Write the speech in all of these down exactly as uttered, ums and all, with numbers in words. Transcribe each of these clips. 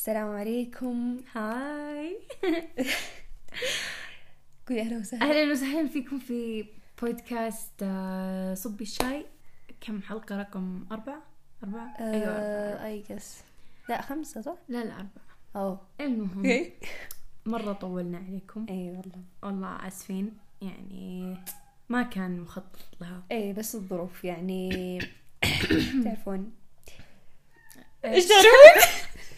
السلام عليكم. هاي. قولي أهلا وسهلا. أهلا وسهلا فيكم في بودكاست صبي الشاي. كم حلقة؟ رقم أربعة أربعة أه أيوة أي قس لا خمسة صح؟ لا لا أربعة. أوه المهم مرة طولنا عليكم. أي والله والله آسفين، يعني ما كان مخطط لها. أي بس الظروف يعني تعرفون إيش تعرفون.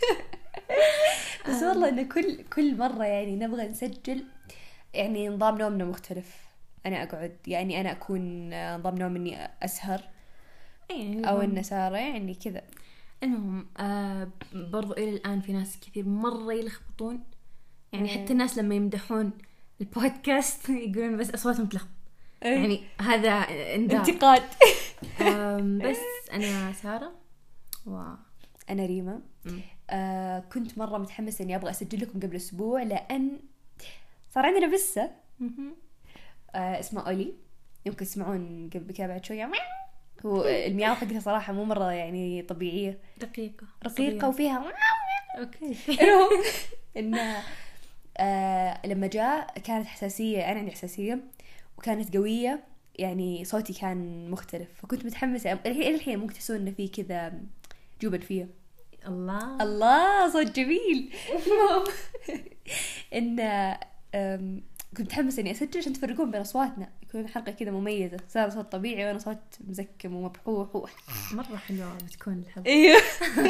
بس والله إن كل كل مرة يعني نبغى نسجل، يعني نظام نومنا مختلف. أنا أقعد يعني أنا أكون نظام نوم إني أسهر أو إن سارة يعني كذا. المهم آه برضو إلى الآن في ناس كثير مرة يلخبطون، يعني حتى الناس لما يمدحون البودكاست يقولون بس أصواتهم تلخبط. يعني هذا انتقاد. بس أنا سارة وأنا ريما. آه كنت مرة متحمسة إني أبغى أسجل لكم قبل أسبوع، لأن صار عندنا بسة آه اسمه أولي، يمكن تسمعون قبل كده بعد شوية. هو المياو حقتها صراحة مو مرة يعني طبيعية، رقيقة رقيقة وفيها أوكي. إنه آه لما جاء كانت حساسية، أنا عندي حساسية وكانت قوية، يعني صوتي كان مختلف، فكنت متحمسة. الحين الحين ممكن تحسون إنه في كذا جوبل فيه. الله الله صوت جميل. إن كنت متحمسة إني أسجل عشان تفرقون بين أصواتنا، يكون حلقة كذا مميزة، صار صوت طبيعي وأنا صوت مزكم ومبحوح. مرة حلوة بتكون الحلقة. إيه.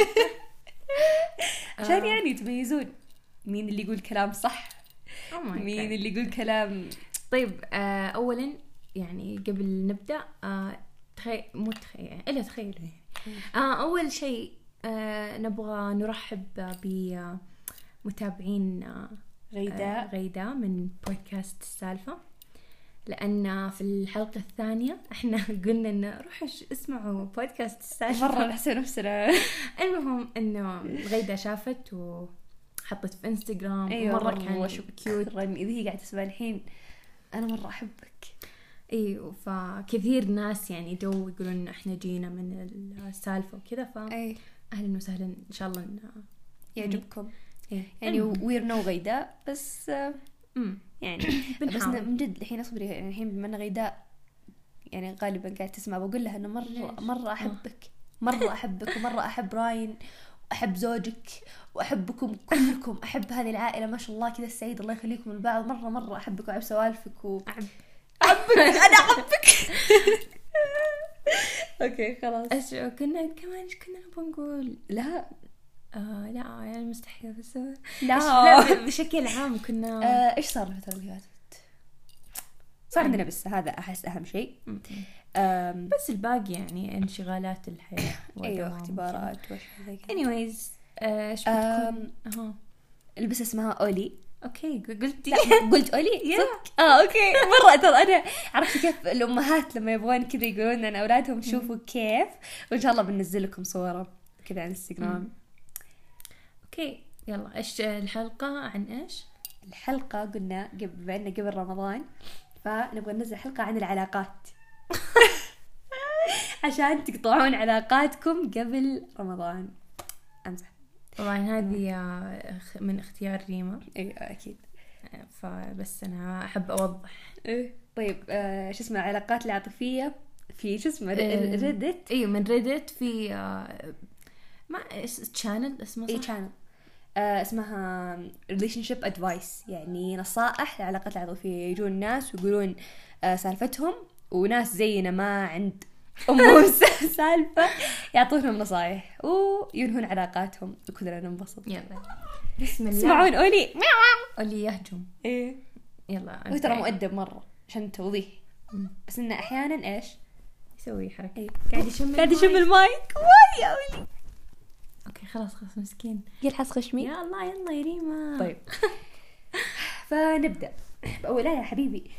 عشان يعني تميزون مين اللي يقول كلام صح، مين اللي يقول كلام. طيب آه أولا يعني قبل نبدأ آه تخيل مو تخيل يعني إلا تخيلوا آه أول شيء آه نبغى نرحب بمتابعين آه غيداء آه غيداء من بودكاست السالفة، لأن في الحلقة الثانية إحنا قلنا إنه روحوا اسمعوا بودكاست السالفة. مرة نحسن نفسنا. المهم إنه غيداء شافت وحطت في إنستغرام. أيوة مرة كان كيوت. إذا هي قاعدة تسمع الحين أنا مرة أحبك. ايوه فكثير ناس يعني جو يقولون احنا جينا من السالفة وكذا، ف أي. اهلا وسهلا ان شاء الله إن يعجبكم. يعني, يعني وير نو غيداء بس امم يعني بس من جد الحين اصبري، يعني الحين بما ان غيداء يعني غالبا قاعد تسمع، بقول لها انه مره مره احبك، مره احبك ومره احب راين واحب زوجك واحبكم كلكم، احب هذه العائله ما شاء الله كذا السعيد، الله يخليكم لبعض. مره مره احبك واحب سوالفك واحب احبك. انا احبك. اوكي خلاص. ايش كنا كمان ايش كنا نبغى نقول؟ لا آه لا يعني مستحيل، بس لا, لا بشكل عام كنا آه ايش صار الفتره اللي فاتت؟ صار عندنا بس هذا احس اهم شيء. بس الباقي يعني انشغالات الحياه. ايوه اختبارات واشياء زي كذا. anyways ايش بتكون اها البس اسمها اولي. اوكي قلتي قلت اولي صدق. اه اوكي. مره ترى انا عرفت كيف الامهات لما يبغون كذا يقولون ان اولادهم شوفوا كيف، وان شاء الله بننزل لكم صوره كذا على انستغرام. اوكي يلا ايش الحلقه عن ايش؟ الحلقه قلنا قبل بما انه قبل رمضان فنبغى ننزل حلقه عن العلاقات عشان تقطعون علاقاتكم قبل رمضان. امزح طبعا هذه من اختيار ريما. ايه اكيد، فبس انا احب اوضح. ايه طيب آه شو اسمه العلاقات العاطفيه في شو اسمه ريدت. ايوه من ريدت في آه ما تشانل اسمه اي تشانل آه اسمها relationship advice، يعني نصائح للعلاقات العاطفيه. يجون ناس ويقولون آه سالفتهم، وناس زينا ما عند أمهم سالفة يعطونهم نصايح وينهون علاقاتهم وكلنا ننبسط. يلا بسم الله. اسمعون أولي أولي يهجم. إيه يلا هو ترى مؤدب مرة عشان توضيح، بس إنه أحيانا إيش يسوي حركة. إيه؟ قاعد يشم قاعد يشم المايك. واي يا أولي. أوكي خلاص خلاص مسكين يلحس خشمي. يا الله يلا يا ريما. طيب فنبدأ أول لا يا حبيبي.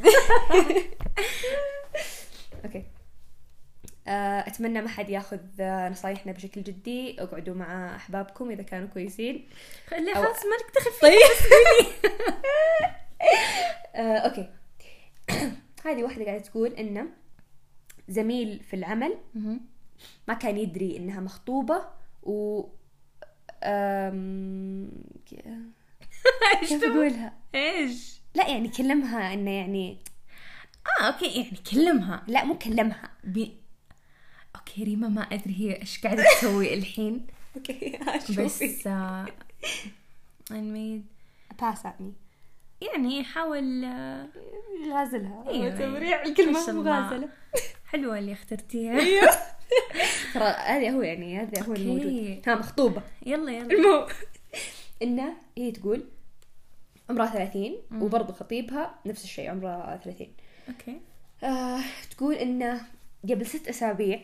أوكي أتمنى ما حد ياخذ نصايحنا بشكل جدي. اقعدوا مع أحبابكم إذا كانوا كويسين. لا خلاص مالك دخل فيه. طيب آه، أوكي. هذه واحدة قاعدة تقول إنه زميل في العمل ما كان يدري إنها مخطوبة و أم... كيف أقولها إيش؟ لا يعني كلمها إنه يعني آه أوكي يعني كلمها. لا مو كلمها بي... أوكي ريما ما أدري هي إيش قاعدة تسوي الحين. أوكي بس آه... أنميد باس عني يعني حاول غازلها. أيوة تمريع الكلمة مغازلة. حلوة اللي اخترتيها. ترى هذا هو يعني هذا هو الموجود. ها مخطوبة. يلا يلا. المهم إنه هي تقول عمرها ثلاثين وبرضه خطيبها نفس الشيء عمرها ثلاثين. أوكي. آه تقول إنه قبل ست أسابيع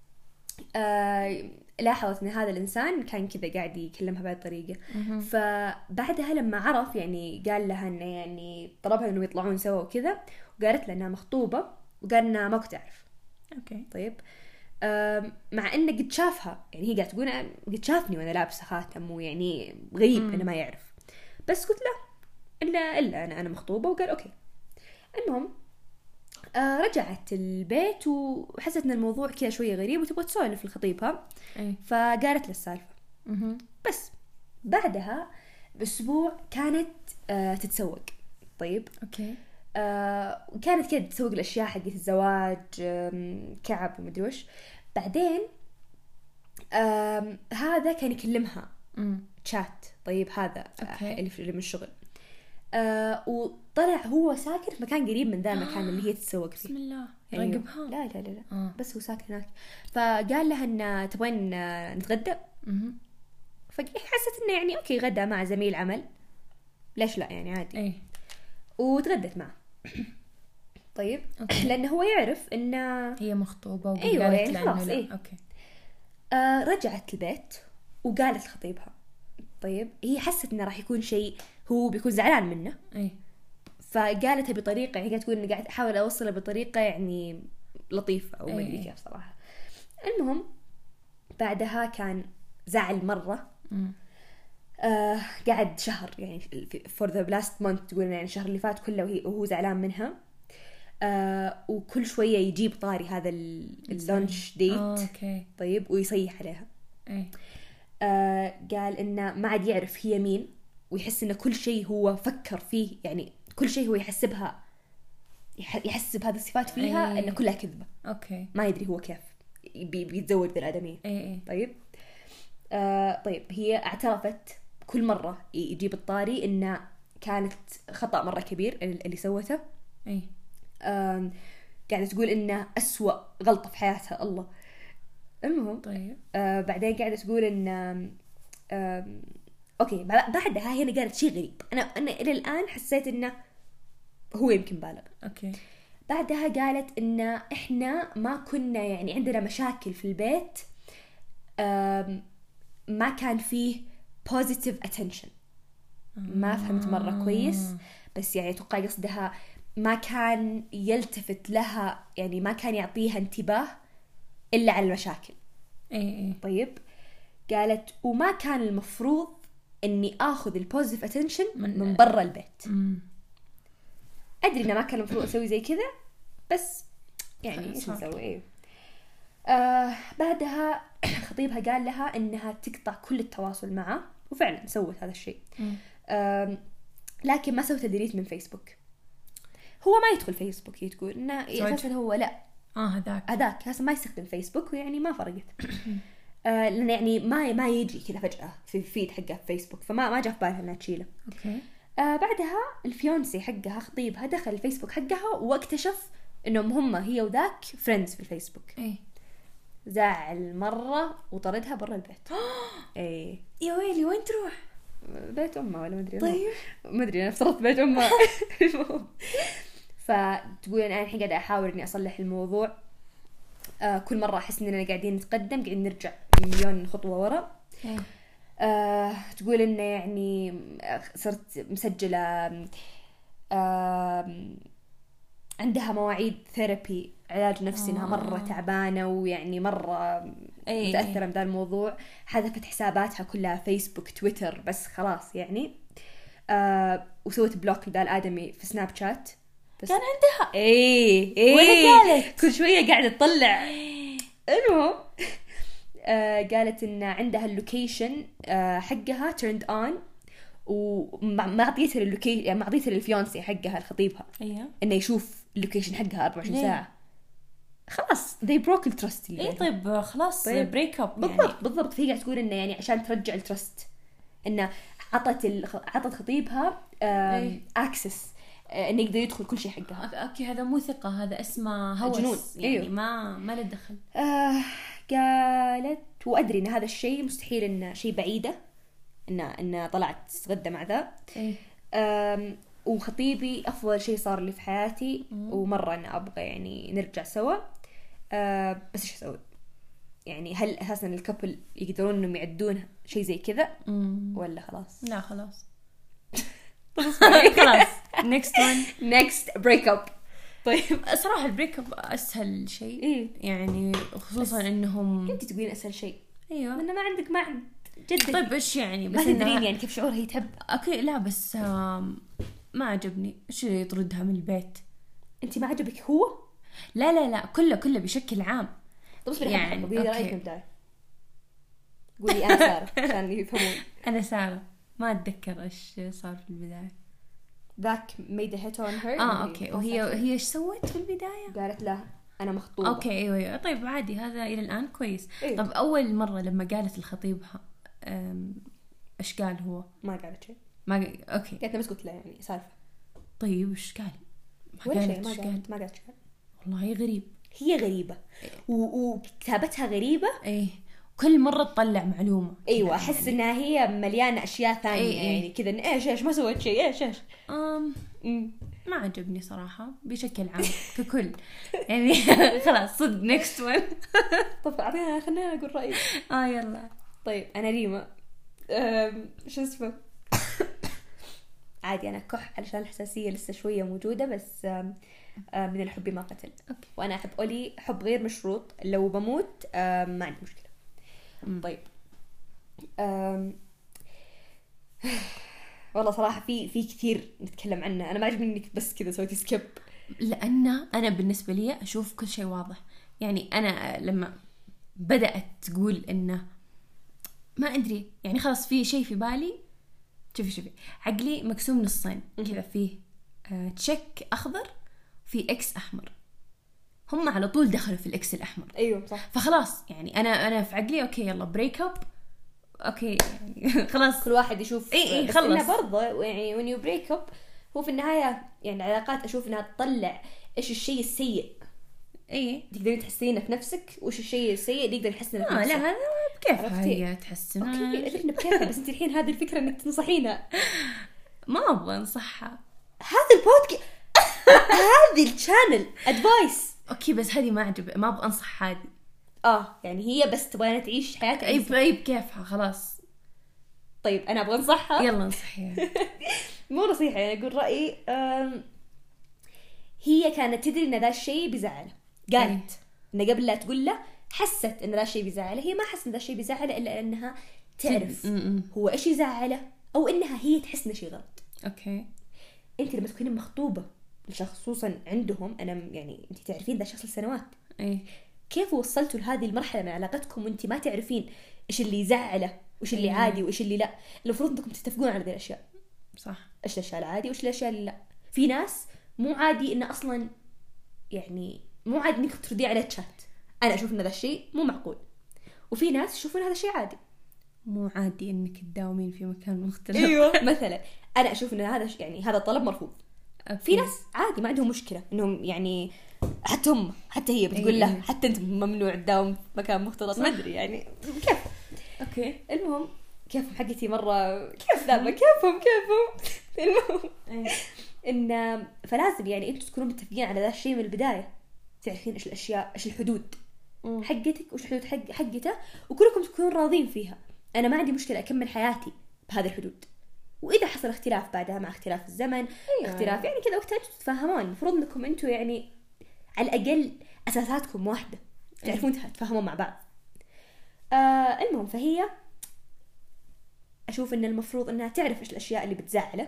آه لاحظت إن هذا الإنسان كان كذا قاعد يكلمها بهذه الطريقة. فبعدها لما عرف يعني قال لها إنه يعني طلبها إنه يطلعون سوا وكذا وقالت له إنها مخطوبة وقال إنها ما كنت أعرف. أوكي. طيب آه مع إنه قد شافها يعني هي قاعدة تقول قد شافني وأنا لابسة خاتم ويعني غريب إنه ما يعرف. بس قلت له إلا إلا أنا أنا مخطوبة وقال أوكي. المهم آه رجعت البيت وحست إن الموضوع كذا شوية غريب وتبغى تسولف لخطيبها. أي. فقالت له السالفة. بس بعدها بأسبوع كانت آه تتسوق. طيب. أوكي. آه كانت كده تسوق الأشياء حقت الزواج كعب ومدري وش. بعدين آه هذا كان يكلمها شات. طيب هذا أوكي. اللي في من الشغل. آه وطلع هو ساكن في مكان قريب من ذا المكان اللي هي تتسوق فيه. بسم الله. أيوه. يراقبها. لا لا لا, لا. آه. بس هو ساكن هناك. فقال لها إن تبغين نتغدى. فحست إنه يعني أوكي غدا مع زميل عمل ليش لا يعني عادي. أي. وتغدت معه. طيب أوكي. لأنه هو يعرف إنه هي مخطوبة وقالت أيوة يعني له خلاص. لا. إيه. أوكي. آه رجعت البيت وقالت لخطيبها. طيب هي حست إنه راح يكون شيء هو بيكون زعلان منه. أي. فقالتها بطريقة يعني قاعدة تقول إني قاعد أحاول أوصلها بطريقة يعني لطيفة أو ما أدري كيف صراحة. المهم بعدها كان زعل مرة. آه قاعد شهر يعني for the last month تقول يعني الشهر اللي فات كله وهي وهو زعلان منها. آه وكل شوية يجيب طاري هذا اللانش ديت. أوكي. طيب ويصيح عليها. أي. آه قال إنه ما عاد يعرف هي مين ويحس إنه كل شيء هو فكر فيه يعني كل شيء هو يحسبها يحسب هذه الصفات فيها. أي. إنه كلها كذبة. أوكي. ما يدري هو كيف بي بيتزوج بالآدمية. أي. طيب آه طيب هي اعترفت كل مرة يجيب الطاري إنه كانت خطأ مرة كبير اللي سوته. أي. آه قاعدة تقول إنه أسوأ غلطة في حياتها. الله. المهم طيب. آه بعدين قاعدة تقول إن آه أوكي بعدها هي قالت شيء غريب. أنا أنا إلى الآن حسيت إنه هو يمكن بالغ. أوكي. بعدها قالت إنه إحنا ما كنا يعني عندنا مشاكل في البيت. آه ما كان فيه positive attention. ما فهمت مرة كويس بس يعني أتوقع قصدها ما كان يلتفت لها يعني ما كان يعطيها انتباه إلا على المشاكل. أي أي. طيب قالت وما كان المفروض إني آخذ البوزيتيف اتنشن من, من برا البيت. مم. أدري إنه ما كان المفروض أسوي زي كذا بس يعني إيش نسوي. إيه. آه بعدها خطيبها قال لها إنها تقطع كل التواصل معه وفعلا سوت هذا الشيء. آه لكن ما سوت ديليت من فيسبوك. هو ما يدخل فيسبوك. هي تقول إنه أساسا هو لا آه هذاك هذاك هسه ما يستخدم فيسبوك ويعني ما فرقت. آه لأن يعني ما ما يجي كذا فجأة في الفيد حقه في فيسبوك فما ما جاء في بالها إنها تشيله. أوكي. آه بعدها الفيونسي حقها خطيبها دخل الفيسبوك حقها واكتشف إنهم هم هي وذاك فريندز في الفيسبوك. إيه. زعل مرة وطردها برا البيت. إيه. يا ويلي وين تروح؟ بيت أمها ولا ما أدري. طيب. ما أدري أنا افترضت بيت أمها. فتقول أنا الحين قاعدة أحاول إني أصلح الموضوع. آه كل مرة أحس إننا قاعدين نتقدم قاعدين نرجع مليون خطوة ورا. إيه. آه تقول إنه يعني صرت مسجلة آه عندها مواعيد ثيرابي علاج نفسي. إنها مرة تعبانة ويعني مرة متأثرة من ذا الموضوع. حذفت حساباتها كلها فيسبوك تويتر بس خلاص يعني. آه وسوت بلوك لذا الآدمي في سناب شات. بس كان عندها ايه ايه ولا قالت كل شوية قاعدة تطلع. المهم آه قالت إن عندها اللوكيشن آه حقها turned on وما عطيتها اللوكيشن يعني ما عطيتها للفيونسي حقها الخطيبها ايوه إنه يشوف اللوكيشن حقها أربعة وعشرين ساعة. خلاص they broke the trust. اي طيب خلاص طيب. بريك اب بالضبط يعني. بالضبط فهي قاعد تقول إنه يعني عشان ترجع الترست إنه عطت الخ... عطت خطيبها اكسس انه يقدر يدخل كل شيء حقها. اوكي هذا مو ثقة، هذا اسمه هوس جنون. يعني أيوه. ما ما له دخل. آه قالت وادري ان هذا الشيء مستحيل انه شيء بعيده انه انه طلعت تتغدى مع ذا. ايه آم وخطيبي افضل شيء صار لي في حياتي مم. ومره انا ابغى يعني نرجع سوا. آه بس ايش اسوي يعني؟ هل اساسا الكابل يقدرون انهم يعدون شيء زي كذا ولا خلاص؟ لا خلاص خلاص next one next break up. طيب صراحة البريك اب اسهل شيء. إيه؟ يعني خصوصا انهم انت تقولين اسهل شيء. ايوه لأنه ما عندك ما عند جدك. طيب ايش يعني ما بس تدرين إنها- يعني كيف شعورها يتهب. اوكي لا بس آم، ما عجبني ايش يطردها من البيت. انت ما عجبك هو؟ لا لا لا كله كله بشكل عام. طب اصبري يعني، يعني قولي أوكي. رايك من البدايه. قولي انا ساره عشان يفهمون. انا سارة ما اتذكر ايش صار في البداية. ذاك made a hit on her. اه اوكي وهي هي ايش سوت في البداية؟ قالت له انا مخطوبه. اوكي ايوه ايوه طيب عادي هذا الى الان كويس. إيه. طب اول مرة لما قالت لخطيبها أم، ايش قال هو؟ ما قالت شيء. ما ق- اوكي قالت له بس قلت له يعني سالفه طيب ايش قال؟ ما ولا شيء. قالت ما ايش قال؟ قالت ما قالت شيء. والله غريب. هي غريبه و- وكتابتها غريبه. ايه كل مرة تطلع معلومة. ايوه احس انها هي مليانه اشياء ثانيه. إيه، إيه. يعني كذا إن ايش ايش ما سويت شيء ايش ايش. أم أمم. ما عجبني صراحة بشكل عام ككل. يعني خلاص صد next one. طب اعطينا خلينا اقول رايي. اه يلا. طيب انا ريما أم، شو اسمه عادي انا كح علشان الحساسيه لسه شويه موجوده بس أم، أم، من الحب ما قتل. أوكي. وانا احب اولي حب غير مشروط. لو بموت أم، ما عندي مشكله. طيب أم، والله صراحه في في كثير نتكلم عنه. انا ما عجبني انك بس كذا سويتي سكيب. لأن أنا بالنسبة لي أشوف كل شيء واضح. يعني أنا لما بدأت تقول إنه ما أدري يعني خلاص في شيء في بالي. شوفي شوفي عقلي مقسوم نصين كذا فيه آه تشك أخضر في إكس أحمر. هم على طول دخلوا في الإكس الأحمر. ايوه صح. فخلاص يعني أنا أنا في عقلي أوكي يلا بريك أب. أوكي يعني خلاص كل واحد يشوف. إيه إيه بس خلص. إنه برضه يعني when you break up هو في النهايه يعني العلاقات اشوف انها تطلع ايش الشيء السيء إيه تقدرين تحسينه في نفسك وايش الشيء السيء اللي يقدر يحسنه في آه نفسك. لا هذا بكيف عرفتي؟ هي تحسن. اوكي ادري انه بكيفها بس انت الحين هذه الفكره انك تنصحينها. ما أبغى أنصحها. هذا البودكاست هذه الشانل ادفايس. اوكي بس هذه ما عجب ما ابغى انصح هذه. اه يعني هي بس تبغى تعيش حياتها. اي باي بكيفها خلاص. طيب انا ابغى انصحها. يلا انصحيها. مو نصيحه يعني اقول رايي. أم... هي كانت تدري ان ذا الشيء بيزعله. قالت ان قبل لا تقول له حست ان ذا الشيء بيزعله. هي ما حست ان ذا الشيء بيزعله الا انها تعرف م-م. هو ايش يزعله او انها هي تحس انه شيء غلط. اوكي انت لما تكونين مخطوبه لشخص خصوصا عندهم انا يعني انت تعرفين ذا الشخص لسنوات. ايه كيف وصلتوا لهذه المرحله من علاقتكم وانت ما تعرفين ايش اللي يزعله وايش اللي أيه. عادي وايش اللي لا. المفروض انكم تتفقون على هذه الاشياء. صح. ايش الاشياء العادي وايش الاشياء اللي لا. في ناس مو عادي انه اصلا يعني مو عادي انك تردي عليه تشات. انا اشوف ان هذا الشيء مو معقول. وفي ناس يشوفون هذا الشيء عادي. مو عادي انك تداومين في مكان مختلف. ايوه مثلا انا اشوف ان هذا يعني هذا طلب مرفوض. أوكي. في ناس عادي ما عندهم مشكله انهم يعني حتى هم حتى هي بتقول أيه. له حتى انت ممنوع تداوم في مكان مختلط. ما ادري يعني كيف. اوكي المهم كيف حقتي مره كيف ذا كيفهم كيفهم. المهم أيه. ان فلازم يعني انتوا تكونوا متفقين على ذا الشيء من البدايه. تعرفين ايش الاشياء ايش الحدود م. حقتك وايش الحدود حق حقته وكلكم تكونوا راضين فيها. انا ما عندي مشكله اكمل حياتي بهذه الحدود. واذا حصل اختلاف بعدها مع اختلاف الزمن أيوة. اختلاف يعني كذا وقتها تتفاهمون. المفروض انكم انتوا يعني على الاقل اساساتكم واحده تعرفون تتفاهمون مع بعض. آه المهم فهي اشوف ان المفروض انها تعرف ايش الاشياء اللي بتزعله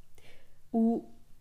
و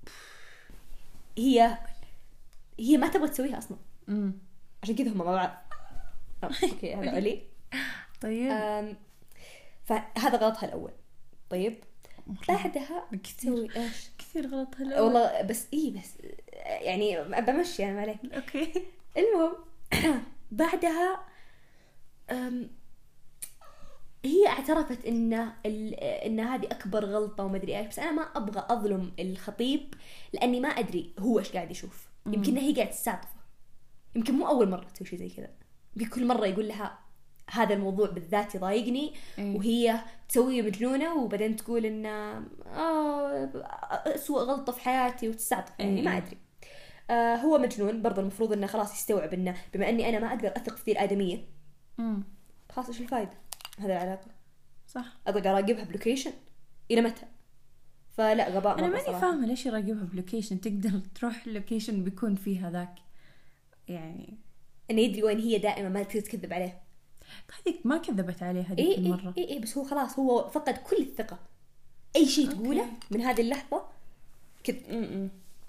هي هي ما تبغى تسويها اصلا. م. عشان كذا هم مع بعض. أوه، اوكي هذا علي طيب أم فهذا غلطها الأول. طيب بعدها كثير إيش كثير غلطها الأول والله، بس إيه بس يعني بمشي أنا عليك. أوكي. المهم بعدها أم هي اعترفت إن إن هذه أكبر غلطة وما أدري إيش، بس أنا ما أبغى أظلم الخطيب لأني ما أدري هو إيش قاعد يشوف. يمكن هي قاعد تستعطفه، يمكن مو أول مرة تسوي شيء زي كذا، يمكن كل مرة يقول لها هذا الموضوع بالذات يضايقني أيه. وهي تسويه مجنونة وبعدين تقول إن آه أسوأ غلطة في حياتي وتستعطف. يعني أيه. ما أدري. آه هو مجنون برضه، المفروض إنه خلاص يستوعب إنه بما إني أنا ما أقدر أثق في ذي الآدمية، امم خلاص إيش الفائدة هذا العلاقة؟ صح. أقعد أراقبها بلوكيشن إلى متى؟ فلا غباء. أنا ماني فاهمة ليش يراقبها بلوكيشن، تقدر تروح لوكيشن بيكون فيه هذاك، يعني إنه يدري وين هي دائما، ما تكذب عليه. هذيك ما كذبت عليه هذيك إيه المرة. إيه إيه بس هو خلاص هو فقد كل الثقة، أي شيء تقوله من هذه اللحظة كذب.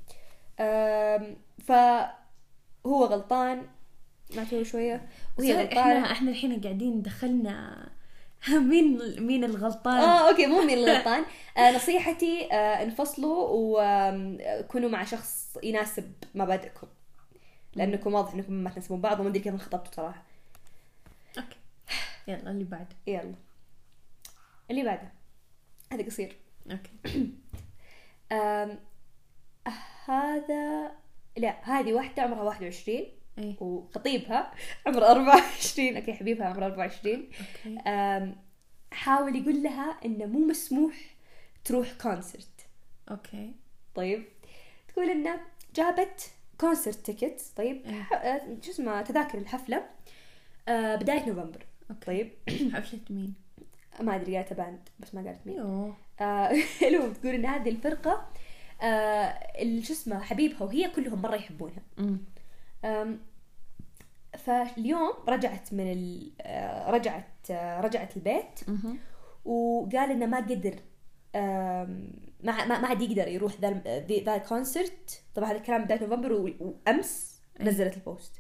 فهو غلطان ما تقول شوية وهي غلطانة. احنا احنا الحين قاعدين دخلنا مين مين الغلطان. اه اوكي مو مين الغلطان. آه نصيحتي آه انفصلوا وكونوا مع شخص يناسب مبادئكم، لانكم واضح انكم ما تناسبون بعض وما ادري كيف انخطبتوا صراحة. اوكي يلا اللي بعد. يلا اللي بعده هذا قصير. اوكي. آم هذا لا هذه واحدة عمرها واحد وعشرين أي. وخطيبها عمره أربعة وعشرين. أوكي حبيبها عمره أربعة وعشرين. أوكي. حاول يقول لها إنه مو مسموح تروح كونسرت. أوكي. طيب تقول إنه جابت كونسرت تيكت. طيب شو اسمه تذاكر الحفلة آه بداية نوفمبر. أوكي. طيب حفلة مين؟ ما أدري قالت باند بس ما قالت مين. يوه. آه لو تقول إن هذه الفرقة آه شو اسمه حبيبها وهي كلهم مرة يحبونها. امم فاليوم رجعت من ال... رجعت رجعت البيت وقال إنه ما قدر ما ما عاد يقدر يروح ذا ذا الكونسرت. طبعا هذا الكلام بداية نوفمبر وأمس نزلت البوست.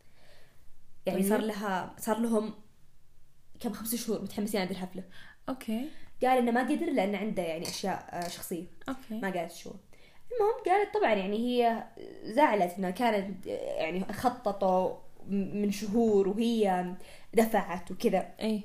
يعني صار لها صار لهم كم خمس شهور متحمسين عند الحفلة. أوكي. قال إنه ما قدر لأن عنده يعني أشياء شخصية. أوكي. ما قالت شو. المهم قالت طبعا يعني هي زعلت إنها كانت يعني خططوا من شهور وهي دفعت وكذا. اي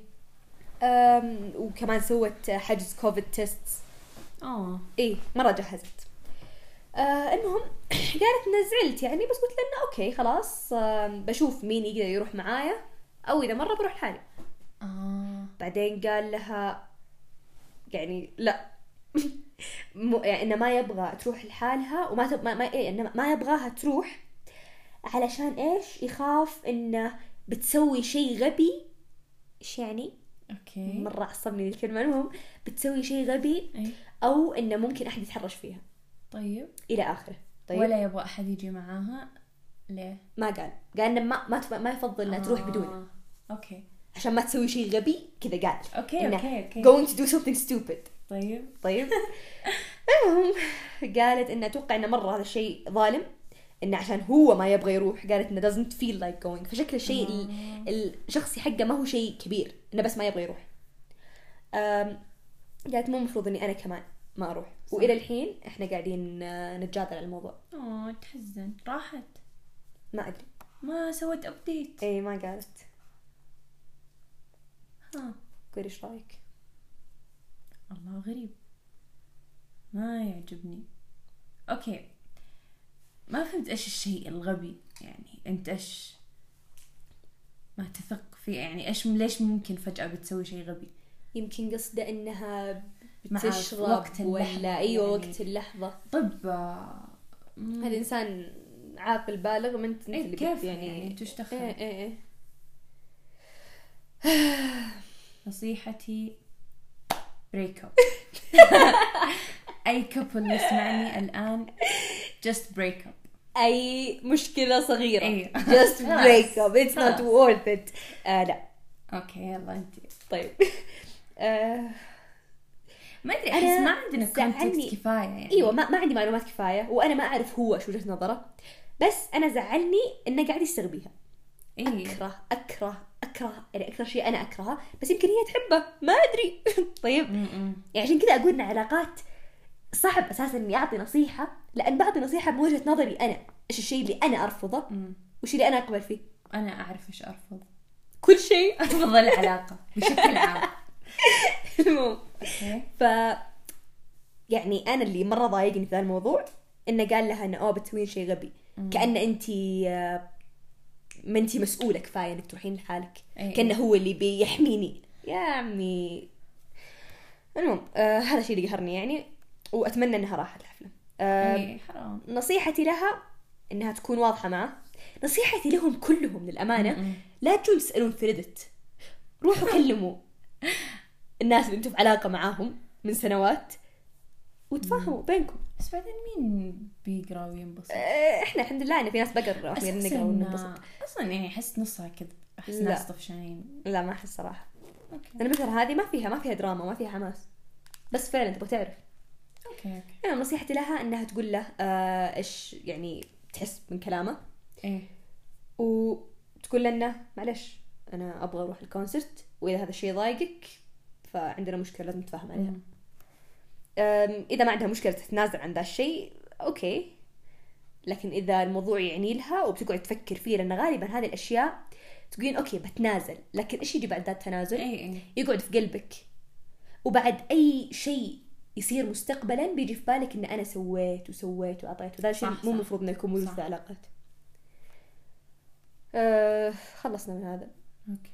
وكمان سوت حجز كوفيد تيست. اه اي مره جهزت. آه المهم قالت إن زعلت يعني، بس قلت لنا اوكي خلاص آه بشوف مين يقدر يروح معايا او اذا مره بروح لحالي. اه بعدين قال لها يعني لا يعني انه ما يبغى تروح لحالها وما تب... ما ما, إيه إنه ما يبغاها تروح علشان إيش يخاف إنه بتسوي شيء غبي. إيش يعني؟ أوكي. مرة عصبني الكلمة. المهم بتسوي شيء غبي أي. أو إنه ممكن أحد يتحرش فيها. طيب. إلى آخره. طيب. ولا يبغى أحد يجي معاها ليه؟ ما قال قال إنه ما ما ما يفضل إنها آه. تروح بدونه. أوكي. عشان ما تسوي شيء غبي كذا قال. أوكي أوكي أوكي. going to do something stupid. طيب. طيب. المهم قالت إنه أتوقع إنه مرة هذا الشيء ظالم، إنه عشان هو ما يبغى يروح. قالت إنه doesn't feel like going. فشكل الشيء آه. الشخصي حقه ما هو شيء كبير، إنه بس ما يبغى يروح. قالت مو مفروض إني أنا كمان ما أروح. صح. وإلى الحين إحنا قاعدين نتجادل على الموضوع. آه تحزن. راحت ما أدري ما سوت أبديت. إيه ما قالت. ها قولي إيش رأيك؟ الله غريب ما يعجبني. أوكي ما فهمت إيش الشيء الغبي يعني. أنت إيش ما تثق فيه يعني؟ إيش ليش ممكن فجأة بتسوي شيء غبي؟ يمكن قصده إنها بتشرب وقت ولا أيوة يعني. وقت اللحظة. طب هذا إنسان عاقل بالغ من إيه اللي كيف يعني, يعني تشتغل. إيه إيه إيه. نصيحتي break up. أي كابل يسمعني الآن just break up. أي مشكلة صغيرة أيه. just break up. it's not worth it. آه لا. أوكي يلا أنت. طيب. آه ما أدري أحس ما عندنا كونتكست كفاية يعني. أيوة ما ما عندي معلومات كفاية وأنا ما أعرف هو شو وجهة نظره، بس أنا زعلني إنه قاعد يستغبيها. إيه. أكره أكره أكره اكره يعني اكثر شيء انا اكرهه بس يمكن هي تحبه ما ادري. طيب يعني عشان كذا اقول ان علاقات صعب اساسا اني اعطي نصيحه لان بعطي نصيحه من وجهه نظري انا ايش الشيء اللي انا ارفضه وش اللي انا اقبل فيه. انا اعرف ايش ارفض كل شيء. ارفض العلاقه بشكل عام. المهم ف يعني انا اللي مره ضايقني في هذا الموضوع انه قال لها انه اه بتسوين شيء غبي كأن انتي ما انتي مسؤوله كفايه انك تروحين لحالك أيه. كأنه هو اللي بيحميني يا عمي. المهم آه هذا الشيء اللي قهرني يعني واتمنى انها راحت الحفله. آه أيه حرام. نصيحتي لها انها تكون واضحه معه. نصيحتي لهم كلهم للامانه م-م. لا تجون تسالون في ريدت روحوا كلموا الناس اللي انتم في علاقه معاهم من سنوات وتفاهموا بينكم. بس بعدين مين بيقرا وينبسط؟ اه احنا الحمد لله ان في ناس بقرا واحنا نقرا وننبسط. اصلا يعني احس نصها كذب. احس ناس طفشانين. لا ما احس صراحه. أوكي. انا مثلا هذه ما فيها ما فيها دراما ما فيها حماس بس فعلا تبغى تعرف. اوكي اوكي. انا نصيحتي لها انها تقول له آه ايش يعني تحس من كلامه ايه وتقول لنا معلش انا ابغى اروح الكونسرت واذا هذا الشيء ضايقك فعندنا مشكله لازم نتفاهم عليها. إذا ما عندها مشكلة تتنازل عن ذا الشيء أوكي لكن إذا الموضوع يعني لها وبتقعد تفكر فيه لأن غالبا هذه الأشياء تقولين أوكي بتنازل لكن إيش يجي بعد ذا التنازل أي. يقعد في قلبك وبعد أي شيء يصير مستقبلا بيجي في بالك إن أنا سويت وسويت وأعطيت وذا الشيء مو مفروض إنه يكون موجود في العلاقات. أه خلصنا من هذا. أوكي.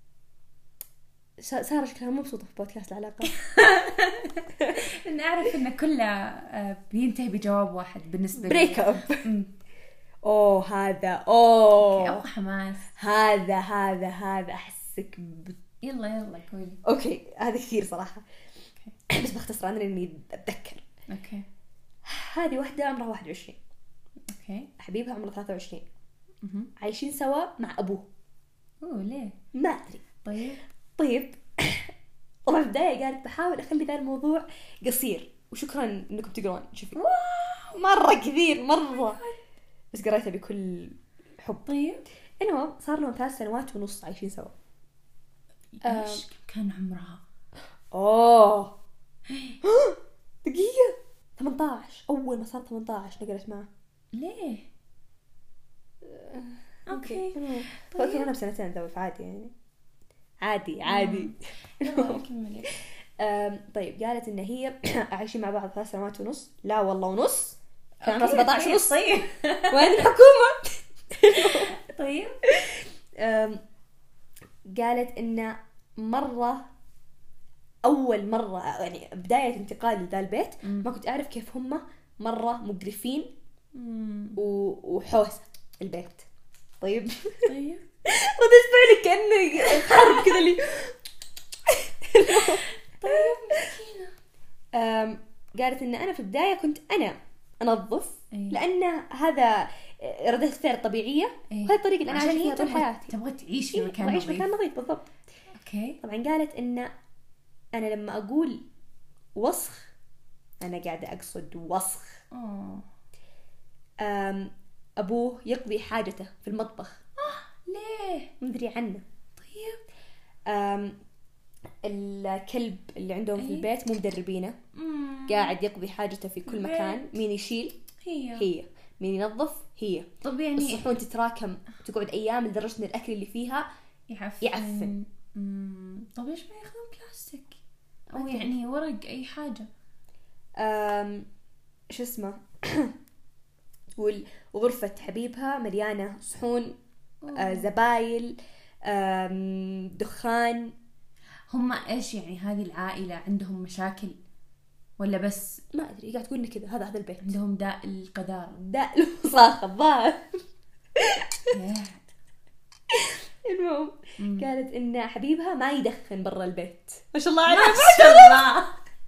سارة شكلها مبسوطة في بودكاست العلاقة. أنا أعرف إن كله بينتهي بجواب واحد بالنسبة لي. بريك أب. أوه هذا أوه. أو حماس. هذا هذا هذا أحسك ب... يلا يلا قولي. أوكي هذا كثير صراحة. أوكي. بس بختصر أنا إني أتذكر. أوكي. هذه واحدة عمرها واحد وعشرين. أوكي. حبيبها عمره ثلاثة وعشرين. أمم. عايشين سوا مع أبوه. أوه ليه؟ ما أدري. طيب. طيب طبعا في البداية قالت بحاول أخلي ذا الموضوع قصير وشكرا إنكم تقرون. شوفي مرة كثير مرة بس قريتها بكل حب. طيب إنهم صار لهم ثلاث سنوات ونص عايشين سوا. إيش كان عمرها؟ أوه دقيقة ثمانية عشر. أول ما صار ثمانية عشر نقلت معه. ليه؟ أوكي طيب أنا بسنتين ذوي عادي يعني عادي عادي. طيب قالت إن هي عايشين مع بعض ثلاث سنوات ونص. لا والله ونص كان عمرها سبعة عشر ونص. طيب وين الحكومة؟ طيب قالت إن مرة أول مرة يعني بداية انتقالي لذا البيت ما كنت أعرف كيف هم مرة مقرفين وحوسة البيت. طيب طيب ردت فعلي كأنه حرب كذا لي. طيب مسكينة. قالت إن أنا في البداية كنت أنا أنظف أيه. لأن هذا ردة فعل طبيعية أيه. وهذه الطريقة اللي أنا عايشة فيها طول حياتي. تبغى تعيش في مكان نظيف. نظيف. مكان نظيف بالضبط. أوكي. طبعا قالت إن أنا لما أقول وسخ أنا قاعدة أقصد وسخ. أوه. أبوه يقضي حاجته في المطبخ. ليه؟ مدري عنه. طيب. أم الكلب اللي عندهم أيه؟ في البيت مو مدربينه. مم. قاعد يقضي حاجته في كل مكان. مين يشيل؟ هي. هي. مين ينظف؟ هي. طب يعني الصحون تتراكم تقعد أيام لدرجة إن الأكل اللي فيها يعفن. يعفن. مم. طب إيش ما ياخذون بلاستيك أو يعني ورق أي حاجة. أم شو اسمه وغرفة حبيبها مليانة صحون آه زبايل دخان. هم إيش يعني هذه العائلة عندهم مشاكل ولا بس ما أدري قاعد تقولني كذا هذا هذا البيت عندهم داء القذارة داء الوساخة الظاهر. المهم قالت إن حبيبها ما يدخن برا البيت. ما شاء الله عليه ما شاء الله.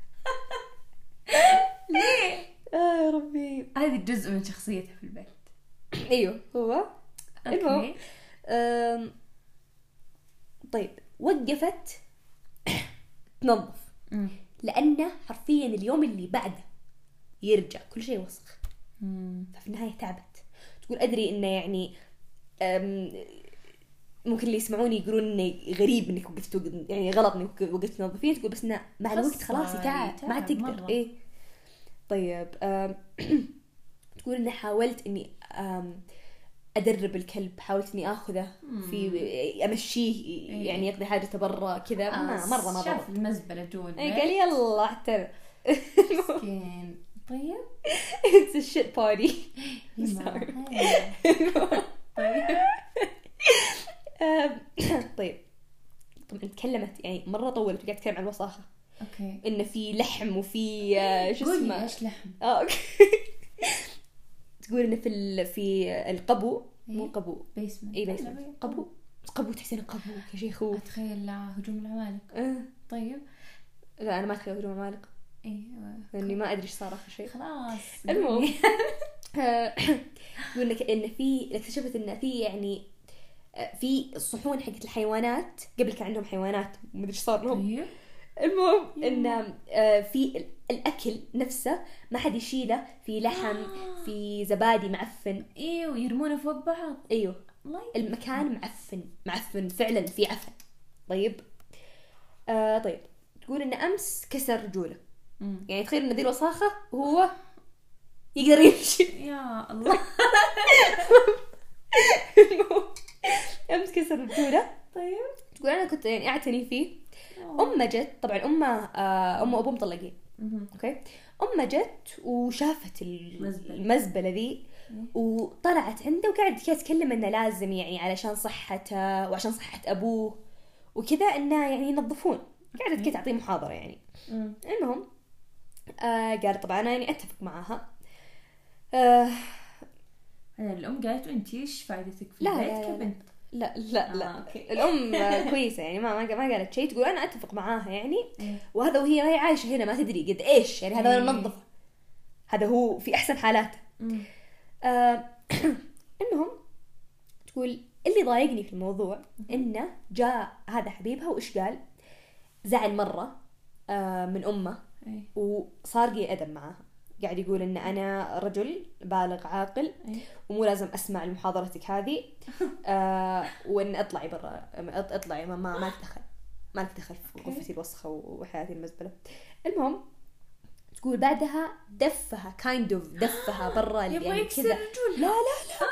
ليه؟ آه يا ربي هذه جزء من شخصيته في البيت. أيوه هو. أوكي. أم... طيب وقفت تنظف مم. لأنه حرفيا اليوم اللي بعده يرجع كل شيء وسخ. مم. ففي النهاية تعبت تقول أدري إنه يعني أم... ممكن اللي يسمعوني يقولون إني غريب إنك وقفت يعني غلط إنك وقفت تنظفين، تقول بس إنه مع الوقت خلاص تعب ما تقدر. إيه طيب تقول إني حاولت إني أدرب الكلب، حاولت إني أخذه في أمشيه يعني يقضي حاجته برا كذا. آه ما مرة ما شاف المزبلة جوا إيه قال يلا احترم مسكين. طيب it's a shit party. طيب طبعا تكلمت يعني مرة طولت وقاعدة تتكلم عن الوساخة. أوكي. إن في لحم وفي شو اسمه إيش لحم. آه أوكي. تقول إن في ال في القبو مو قبو بيسمنت. إيه بيسمنت قبو قبو تحسين قبو يا شيخ. أتخيل هجوم العمالقة. أه. طيب لا أنا ما أتخيل هجوم العمالقة. ايوه لاني ما ادري ايش صار اخر شيء. خلاص المهم يقول لك ان في اكتشفت ان في يعني في الصحون حقت الحيوانات قبل كان عندهم حيوانات ما ادري ايش صار لهم. المهم ان في الاكل نفسه ما حد يشيله، في لحم في زبادي معفن ايوه يرمونه فوق بعض. ايوه المكان معفن معفن فعلا في عفن. طيب آه طيب تقول ان امس كسر رجوله. يعني تخيل ان ذي الوساخة وهو يقدر يمشي. يا الله. أمس كسر رجوله. طيب تقول أنا كنت يعني أعتني فيه. أمه جت طبعا أمه أمه وأبوه مطلقين. أوكي أمه جت وشافت المزبلة ذي وطلعت عنده وقاعدة تتكلم إنه لازم يعني علشان صحته وعشان صحة أبوه وكذا إنه يعني ينظفون. قاعدة كده تعطيه محاضرة يعني. المهم آه قال طبعا أنا يعني أتفق معها. آه الأم قالت أنتي إيش فائدتك في لا البيت لا كبنت؟ لا لا آه لا أوكي. الأم آه كويسة يعني ما ما ما قالت شيء. تقول أنا أتفق معاها يعني وهذا وهي هي عايشة هنا ما تدري قد إيش يعني هذا ننظف هذا هو في أحسن حالاته. آه المهم تقول اللي ضايقني في الموضوع إنه جاء هذا حبيبها وإيش قال زعل مرة آه من أمه وصار قي أدب معها. قاعد يقول إن أنا رجل بالغ عاقل ومو لازم أسمع لمحاضرتك هذه. آه وإن أطلعي برا أطلعي ما ما ما تدخل ما تدخل في غرفتي الوسخة وحياتي المزبلة. المهم تقول بعدها دفها kind of دفها برا يعني كذا. لا لا لا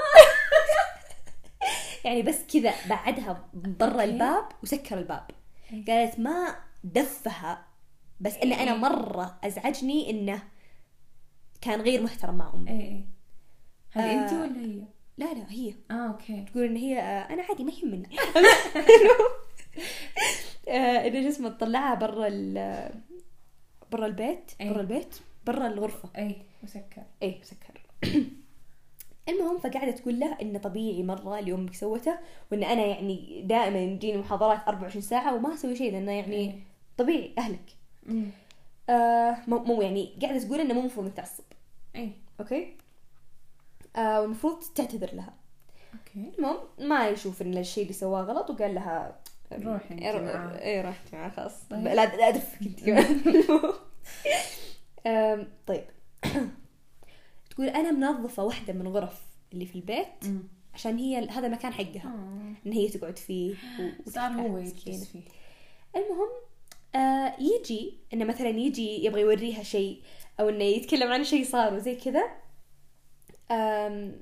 يعني بس كذا بعدها برا الباب وسكر الباب. قالت ما دفها بس إن أنا مرة أزعجني إنه كان غير محترم مع أمي. إيه هل آه أنت ولا هي؟ لا لا هي. آه أوكي. تقول إن هي آه أنا عادي ما يهمنا. آه إنه جسمه تطلعها برا ال برا البيت أيه. برا البيت برا الغرفة. أي وسكر. أي وسكر. المهم فقاعدة تقول له إنه طبيعي مرة اللي أمك سوته وإن أنا يعني دائما يجيني محاضرات أربعة وعشرين ساعة وما أسوي شيء لأنه يعني أيه. طبيعي أهلك. آه مو يعني قاعدة تقول إنه مو مفروض تعصب. أي أوكي. آه والمفروض تعتذر لها. أوكي. المهم ما يشوف إن الشيء اللي سواه غلط وقال لها روحي أنت معاه. إيه رحت معاه خلاص. طيب. لا لا أدفك أنت كمان. آه طيب. تقول أنا منظفة واحدة من غرف اللي في البيت م. عشان هي هذا المكان حقها م. إن هي تقعد فيه صار هو يجلس فيه. المهم آه يجي إنه مثلا يجي يبغى يوريها شيء أو إنه يتكلم عن شيء صار وزي كذا. آه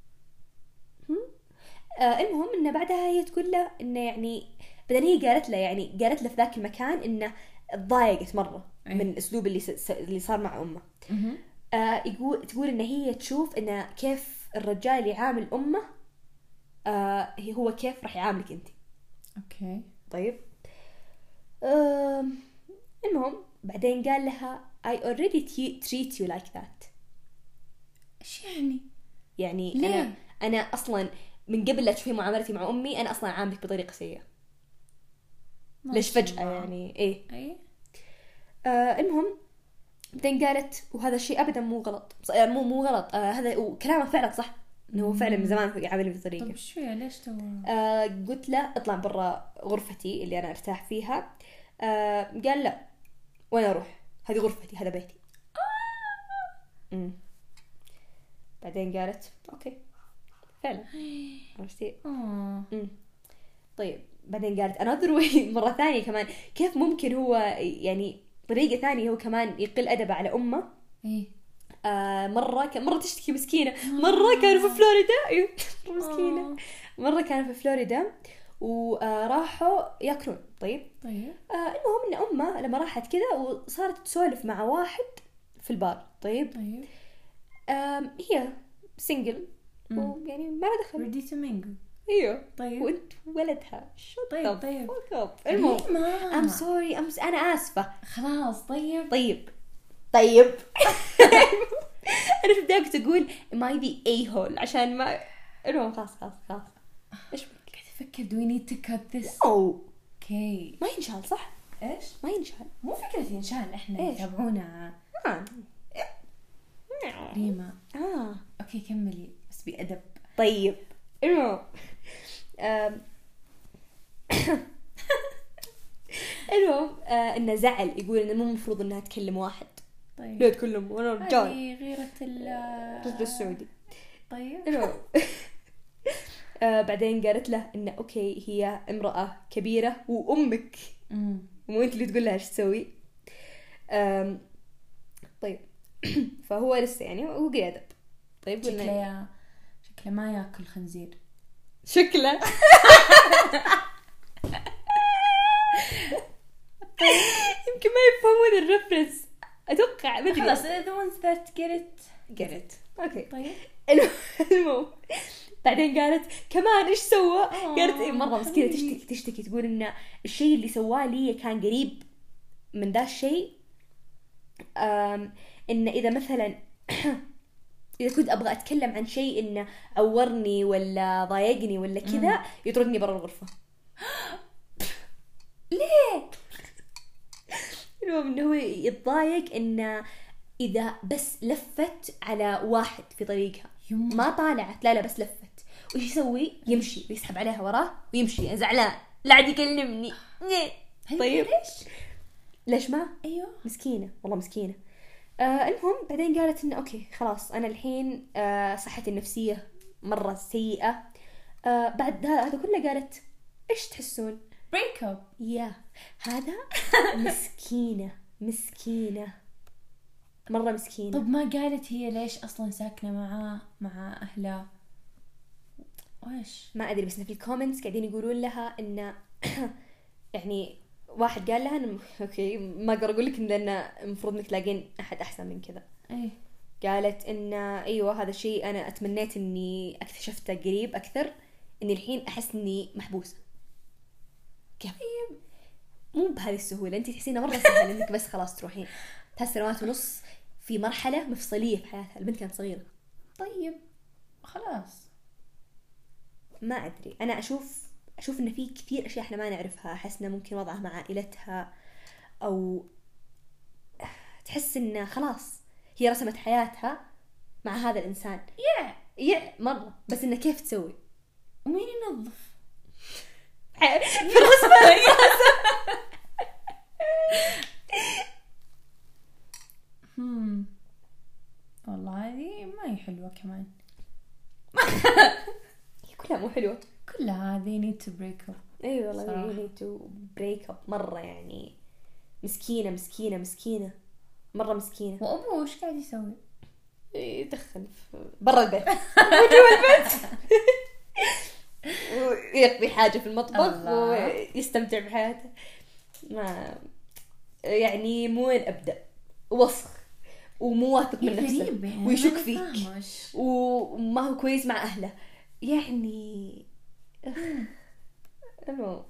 المهم إنه بعدها هي تقول له إنه يعني بدل هي قالت له يعني قالت له في ذاك المكان إنه ضايقت مرة أي. من أسلوب اللي س... اللي صار مع أمه. آه يقول تقول إن هي تشوف إنه كيف الرجال يعامل أمه آه هو كيف راح يعاملك أنت. أوكي. طيب آه المهم بعدين قال لها I already treat you like that. إيش يعني؟ يعني ليه؟ أنا أنا أصلاً من قبل لا تشوفي معاملتي مع أمي أنا أصلاً عاملك بطريقة سيئة. ليش فجأة يعني إيه؟ أي. آه المهم بعدين قالت وهذا الشيء أبداً مو غلط مو مو غلط آه هذا وكلامه فعلا صح إنه هو فعلا من زمان يعاملني بطريقة. طب شوية ليش تو؟ آه قلت له اطلع برا غرفتي اللي أنا أرتاح فيها. آه قال لا وأنا أروح هذه غرفتي هذا بيتي. امم بعدين قالت أوكي فعلا عرفتي. امم طيب بعدين قالت another way مرة ثانية كمان كيف ممكن هو يعني طريقة ثانية هو كمان يقل أدبه على أمه. إيه آه مرة كان مرة تشتكي مسكينة مرة كانوا في فلوريدا أيوة مرة مسكينة مرة كانوا في فلوريدا وراحوا ياكلون. طيب طيب آه المهم إن أمه لما راحت كذا وصارت تسولف مع واحد في البار. طيب طيب آم هي سينجل ويعني ما له دخل ready to mingle. ايوه طيب وانت ولدها شو طيب طيب المهم ما I'm sorry I'm انا اسفه خلاص. طيب طيب طيب انا في البدايه كنت اقول ما يبي اي هول عشان ما المهم خلاص خلاص خلاص ايش قاعد افكر do we need to cut this. او اوكي ما ينشال صح ايش ما ينشال مو فكرة ينشال احنا إيش؟ يتابعونا آه. ريما. اه اوكي كملي بس بأدب. طيب المهم آم. المهم آه انه زعل يقول انه مو المفروض انها تكلم واحد. طيب لا تكلم وانا رجال هذه غيرة الرجل السعودي. طيب المهم آه بعدين قالت له انه اوكي هي امرأة كبيرة وامك امم مو انت اللي تقول لها ايش تسوي. آم. طيب فهو لسه يعني هو قاعد. طيب شكله يا شكله ما ياكل خنزير شكله يمكن ما يفهمون الريفرنس اتوقع ما ادري. خلاص the ones that get it get it اوكي. طيب المهم بعدين قالت كمان ايش سوى. قالت إيه مرة مسكينة حبيبي. تشتكي تشتكي تقول ان الشيء اللي سواه لي كان قريب من ذا الشيء. أم ان اذا مثلا اذا كنت ابغى اتكلم عن شيء انه عورني ولا ضايقني ولا كذا يطردني برا الغرفة. ليه؟ المهم انه هو يتضايق انه اذا بس لفت على واحد في طريقها يما. ما طالعت لا لا بس لفت وش يسوي يمشي ويسحب عليها وراه ويمشي زعلان لا عاد يكلمني. طيب ليش ليش ما ايوه مسكينة والله مسكينة. آه المهم بعدين قالت إنه أوكي خلاص أنا الحين آه صحتي النفسية مرة سيئة. آه بعد هذا كله قالت إيش تحسون break up. يا هذا مسكينة مسكينة مرة مسكينة. طب ما قالت هي ليش اصلا ساكنة معاه مع اهلها وايش ما أدري بس في الكومنتس قاعدين يقولون لها إنه يعني واحد قال لها إنه أوكي ما أقدر أقول لك إن لأن المفروض إنك تلاقين أحد أحسن من كذا. ايه قالت إن أيوة هذا الشيء أنا أتمنيت إني اكتشفته قريب أكثر إني الحين أحس إني محبوسة. كيف مو بهذه السهولة أنت تحسينها مرة سهل إنك بس خلاص تروحين ثلاث سنوات ونص في مرحلة مفصلية في حياتها. البنت كانت صغيرة. طيب خلاص ما أدري أنا أشوف أشوف إن في كثير أشياء إحنا ما نعرفها. أحس إنه ممكن وضعها مع عائلتها أو تحس إنه خلاص هي رسمت حياتها مع هذا الإنسان. يا يا مرة بس إنه كيف تسوي ومين ينظف في الرسمة. هم والله هذه ما هي حلوة كمان. هي كلها مو حلوة كلها هذه need to break up. اي والله صراحة. you need to break up مرة يعني مسكينة مسكينة مسكينة مرة مسكينة. وأبوه وش قاعد يسوي؟ يدخل في برا البيت وجوا البيت ويقضي حاجة في المطبخ الله. ويستمتع بحياته. ما يعني مو وين أبدأ وسخ ومو واثق من نفسه يعني ويشك فيك وما هو كويس مع أهله يعني أنه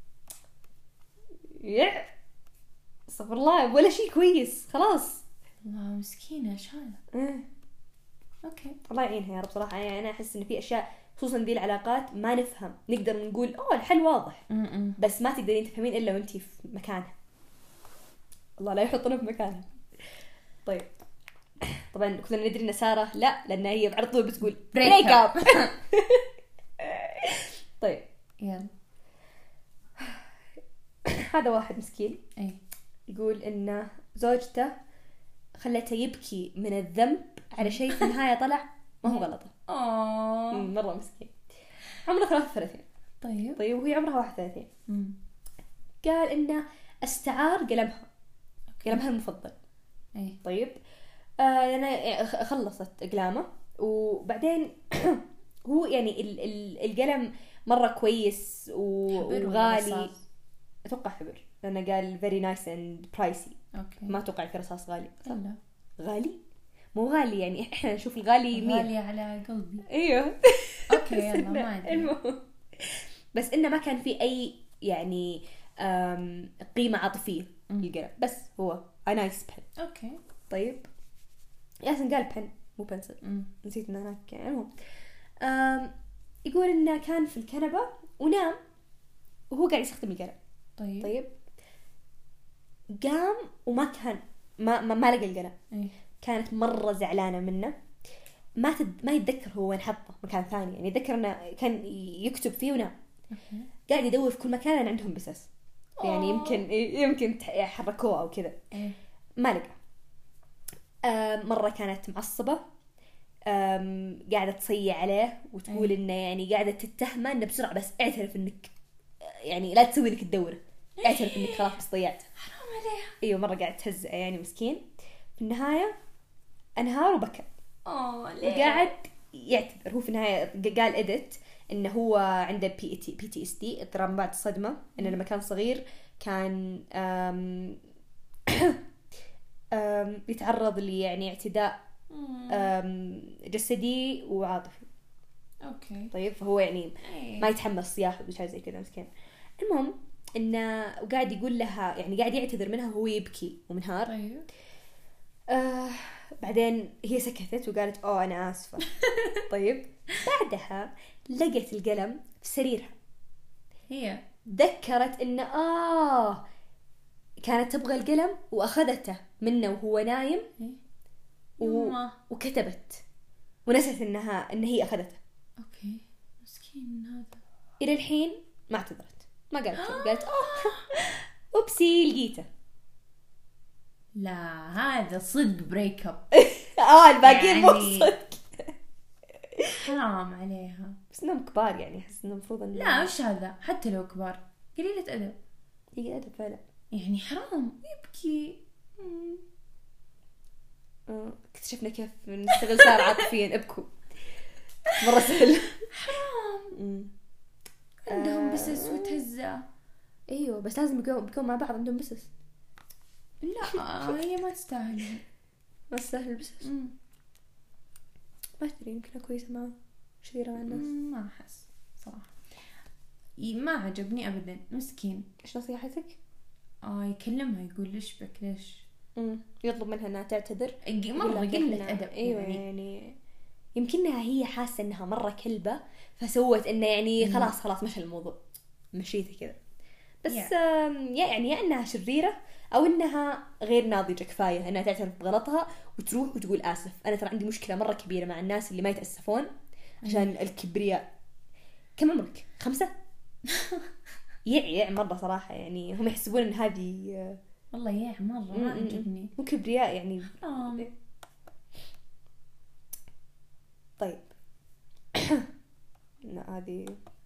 يع صفر الله ولا شيء كويس خلاص. الله مسكينة إيش هذا؟ أه. أوكي الله يعينها يا رب صراحة. يعني أنا أحس إن في أشياء خصوصا ذي العلاقات ما نفهم نقدر نقول أوه الحل واضح م-م. بس ما تقدرين تفهمين إلا وأنتي في مكانها. الله لا يحطنا في مكانها. طيب طبعا كلنا ندري إن سارة لا لأن هي على طول بتقول Break break up. طيب يلا هذا واحد مسكين أي يقول إن زوجته خلته يبكي من الذنب على شيء في النهاية طلع ما هو غلطه. أوه مرة مسكين. عمره ثلاثة وثلاثين. طيب طيب وهي عمرها واحد وثلاثين. مم. قال إنه استعار قلمها، أوكي. قلمها المفضل. ايه طيب آه أنا خلصت أقلامه، وبعدين هو يعني ال ال القلم مرة كويس وغالي. أتوقع حبر، لأنه قال very nice and pricey. اوكي. ما أتوقع في رصاص غالي. لا غالي مو غالي، يعني إحنا نشوف الغالي مية. غالي على قلبي. أيوه. اوكي يلا ما ادري. المهم بس إنه ما كان في أي يعني قيمة عاطفية للقلم، بس هو a nice pen. اوكي. طيب ياسن قال بن مو بنسل، نسيت انه هناك يعني. المهم يقول انه كان في الكنبة ونام وهو قاعد يستخدم القلم. طيب طيب قام وما كان ما ما, ما لقى القلم. أيه. كانت مرة زعلانة منه، ما تد... ما يتذكر هو وين حطه مكان ثاني، يعني يتذكر انه كان يكتب فيه ونام. أوكي. قاعد يدور في كل مكان، لأن عندهم بسس يعني يمكن يمكن حركوه او كذا. أيه. ما لقى. مرة كانت معصبة، قاعدة تصيح عليه وتقول إنه يعني قاعدة تتهمه إنه بسرعة بس اعترف إنك يعني لا تسوي لك الدورة، اعترف إنك خلاص بس ضيعته. حرام عليها. أيوة مرة قاعدة تهزئه يعني مسكين. في النهاية انهار وبكى. أوه ليه؟ وقاعد يعتذر. هو في النهاية قال إدت إنه هو عنده بي تي بي تي اس دي اضطراب بعد الصدمة، إنه لما كان صغير كان أم يتعرض لي يعني اعتداء جسدي وعاطفي. اوكي. طيب فهو يعني أيه. ما يتحمل الصياح وشيء زي كذا مسكين. المهم انه وقاعد يقول لها يعني قاعد يعتذر منها وهو يبكي ومنهار. طيب آه بعدين هي سكتت وقالت اوه انا اسفة. طيب بعدها لقت القلم في سريرها. هي ذكرت انه اه كانت تبغى القلم واخذته منه وهو نايم و... وكتبت ونسيت انها ان هي اخذته. اوكي مسكين هذا. الى الحين ما اعتذرت، ما قالت قالت اه اوبسي لقيته. لا هذا صدق بريك اب. اه الباقيين مو يعني... صدق. حرام عليها. بس انهم كبار يعني احس انه المفروض انه لا وش هذا حتى لو كبار قليلة ادب. هي ادب فعلا يعني حرام يبكي. اكتشفنا كيف نستغل سارة عاطفيا. ابكوا مرة سهل. حرام. عندهم بسس وتهزأ. ايوه بس لازم يكون مع بعض عندهم بسس. لا هي ما تستاهل. ما تستاهل البسس. ما ادري يمكنها كويسة معه شريرة مع الناس. ما احس صراحة ما عجبني ابدا مسكين. ايش نصيحتك؟ اه يكلمها يقول ليش بك ليش. امم يطلب منها انها تعتذر. مرة قلة ادب. ايوه يعني, يعني يمكنها هي حاسة انها مرة كلبة فسوت انه يعني خلاص خلاص مشى الموضوع مشيته كذا. بس yeah. يعني يا انها شريرة او انها غير ناضجة كفاية انها تعترف بغلطها وتروح وتقول اسف. انا ترى عندي مشكلة مرة كبيرة مع الناس اللي ما يتأسفون عشان mm. الكبرياء. كم عمرك؟ خمسة؟ يع يع مرة صراحة يعني هم يحسبون ان هذه والله يا مرة ما عجبني. مو كبرياء يعني. آه. طيب لا هذه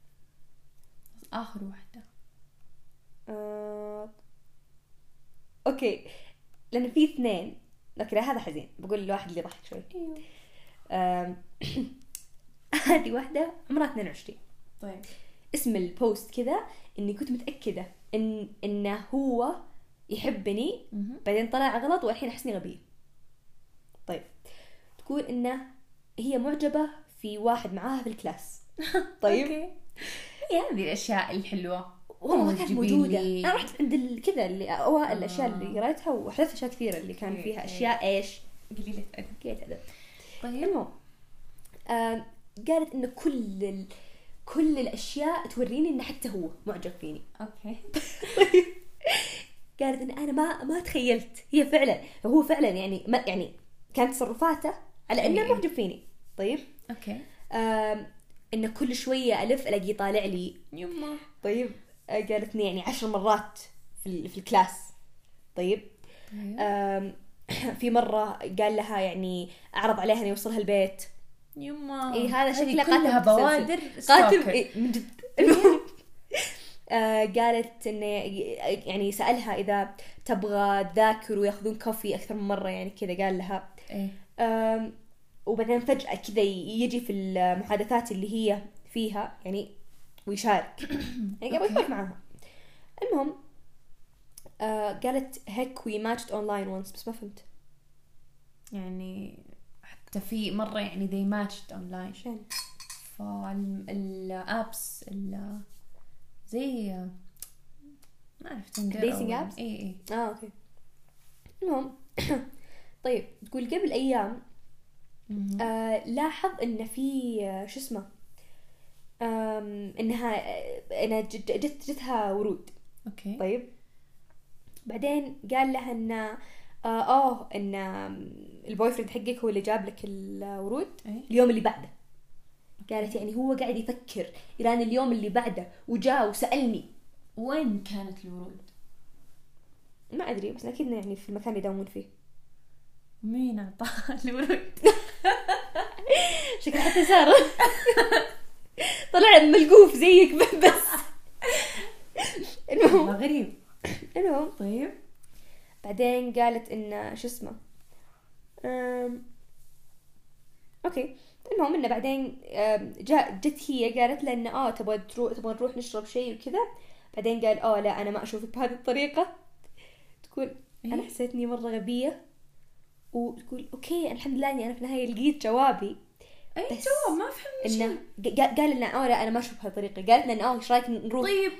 آخر واحدة. آه... أوكي لأن في اثنين لكن هذا حزين بقول الواحد اللي ضحك شوي. آه... هذه واحدة عمرها اثنين وعشرين. طيب اسم البوست كذا إني كنت متأكدة إن إنه هو يحبني بعدين طلع غلط والحين أحسني غبية. طيب تقول إنه هي معجبة في واحد معاها في الكلاس. طيب هي هذه الأشياء الحلوة والله ما كانت موجودة. أنا رحت عند كذا اللي أوائل الأشياء اللي قريتها وحدثت أشياء كثيرة اللي كان فيها أشياء إيش قليلة أدب. قليلة أدب. طيب المهم آه قالت إنه كل ال... كل الأشياء توريني إنه حتى هو معجب فيني. أوكي. قالت إن أنا ما ما تخيلت هي فعلا هو فعلا يعني ما يعني كانت تصرفاته على إنه معجب فيني. طيب أوكي. آه إنه كل شوية ألف ألاقي طالع لي يما. طيب قالتني يعني عشر مرات في في الكلاس. طيب آه في مرة قال لها يعني أعرض عليها أن يوصلها البيت. يما إيه هذا شكله قاتل بوادر قاتل إيه من جد. آه قالت إنه يعني سألها إذا تبغى تذاكر ويأخذون كوفي أكثر من مرة يعني كذا قال لها إيه. آه وبعدين فجأة كذا يجي في المحادثات اللي هي فيها يعني ويشارك يعني قبل يشارك معها. المهم آه قالت هيك we matched online once بس ما فهمت يعني حتى في مرة يعني they matched online شان فالابس زي ما عرفت تندر dating apps اي اي اه اوكي. المهم طيب تقول قبل ايام آه لاحظ ان في آه شو اسمه انها انها جت جتها ورود. اوكي. طيب بعدين قال لها ان اه, آه ان البوي فريند حقك هو اللي جاب لك الورود أي. اليوم اللي بعده. قالت يعني هو قاعد يفكر الان اليوم اللي بعده وجاء وسألني وين كانت الورود. ما ادري بس اكيد يعني في المكان اللي يداومون فيه. مين اعطاها الورود؟ شكل حتى سارة طلع ملقوف زيك بس. المهم غريب. المهم طيب بعدين قالت إن شو اسمه أم... أوكي. المهم إنه بعدين جاء جت هي قالت له إن آه تبغى تروح تبغى نروح نشرب شيء وكذا. بعدين قال آه لا أنا ما أشوفك بهذه الطريقة. تقول إيه؟ أنا حسيتني مرة غبية وتقول أوكي الحمد لله إني أنا في النهاية لقيت جوابي. أي جواب ما فهمت إنه قال لنا آه لا أنا ما أشوف بهذه الطريقة. قالت لنا آه إيش رأيك نروح طيب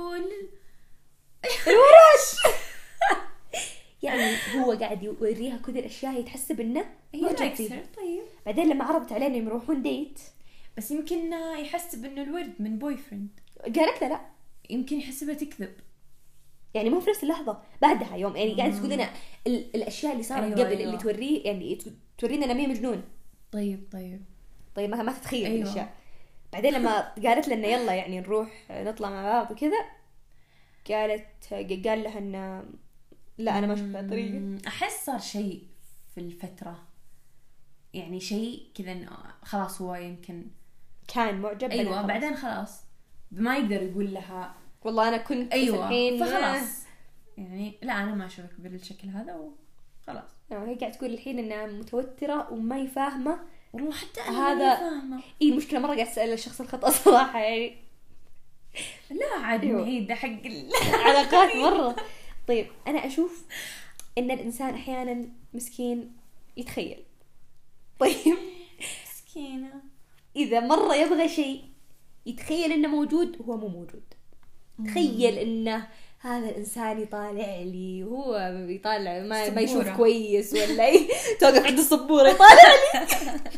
الورش. يعني هو قاعد يوريها كل الأشياء يتحسب إنه معجب فيها. طيب بعدين لما عرضت علينا يروحون ديت بس يمكن يحسب إنه الورد من بوي فريند. قالت له لا يمكن يحسبها تكذب يعني مو في نفس اللحظة بعدها يوم يعني قاعد تقول لنا الأشياء اللي صارت أيوة قبل أيوة. اللي توريه يعني تورينا أنا مية مجنون. طيب طيب طيب ما ما تتخيل أيوة. الأشياء. بعدين لما قالت لنا يلا يعني نروح نطلع مع بعض وكذا قالت قال لها إن لا أنا ما أشوف الطريقة. أحس صار شيء في الفترة يعني شيء كذا إنه خلاص هو يمكن كان معجب. أيوة بعدين خلاص ما يقدر يقول لها والله أنا كنت أيوة الحين فخلاص يعني لا أنا ما أشوفك بالشكل هذا وخلاص. يعني هي قاعد تقول الحين إنها متوترة وما يفهمه. والله حتى هذا إيه المشكلة مرة قاعد أسأل الشخص الخطأ صراحة يعني. لا عاد أيوة. نعيد حق العلاقات مرة. طيب أنا أشوف إن الإنسان أحيانا مسكين يتخيل. طيب مسكينة إذا مرة يبغى شيء يتخيل إنه موجود وهو مو موجود. تخيل إنه هذا الإنسان يطالع لي وهو يطالع ما, ما يشوف كويس ولا ي... توقف عند الصبورة يطالع لي.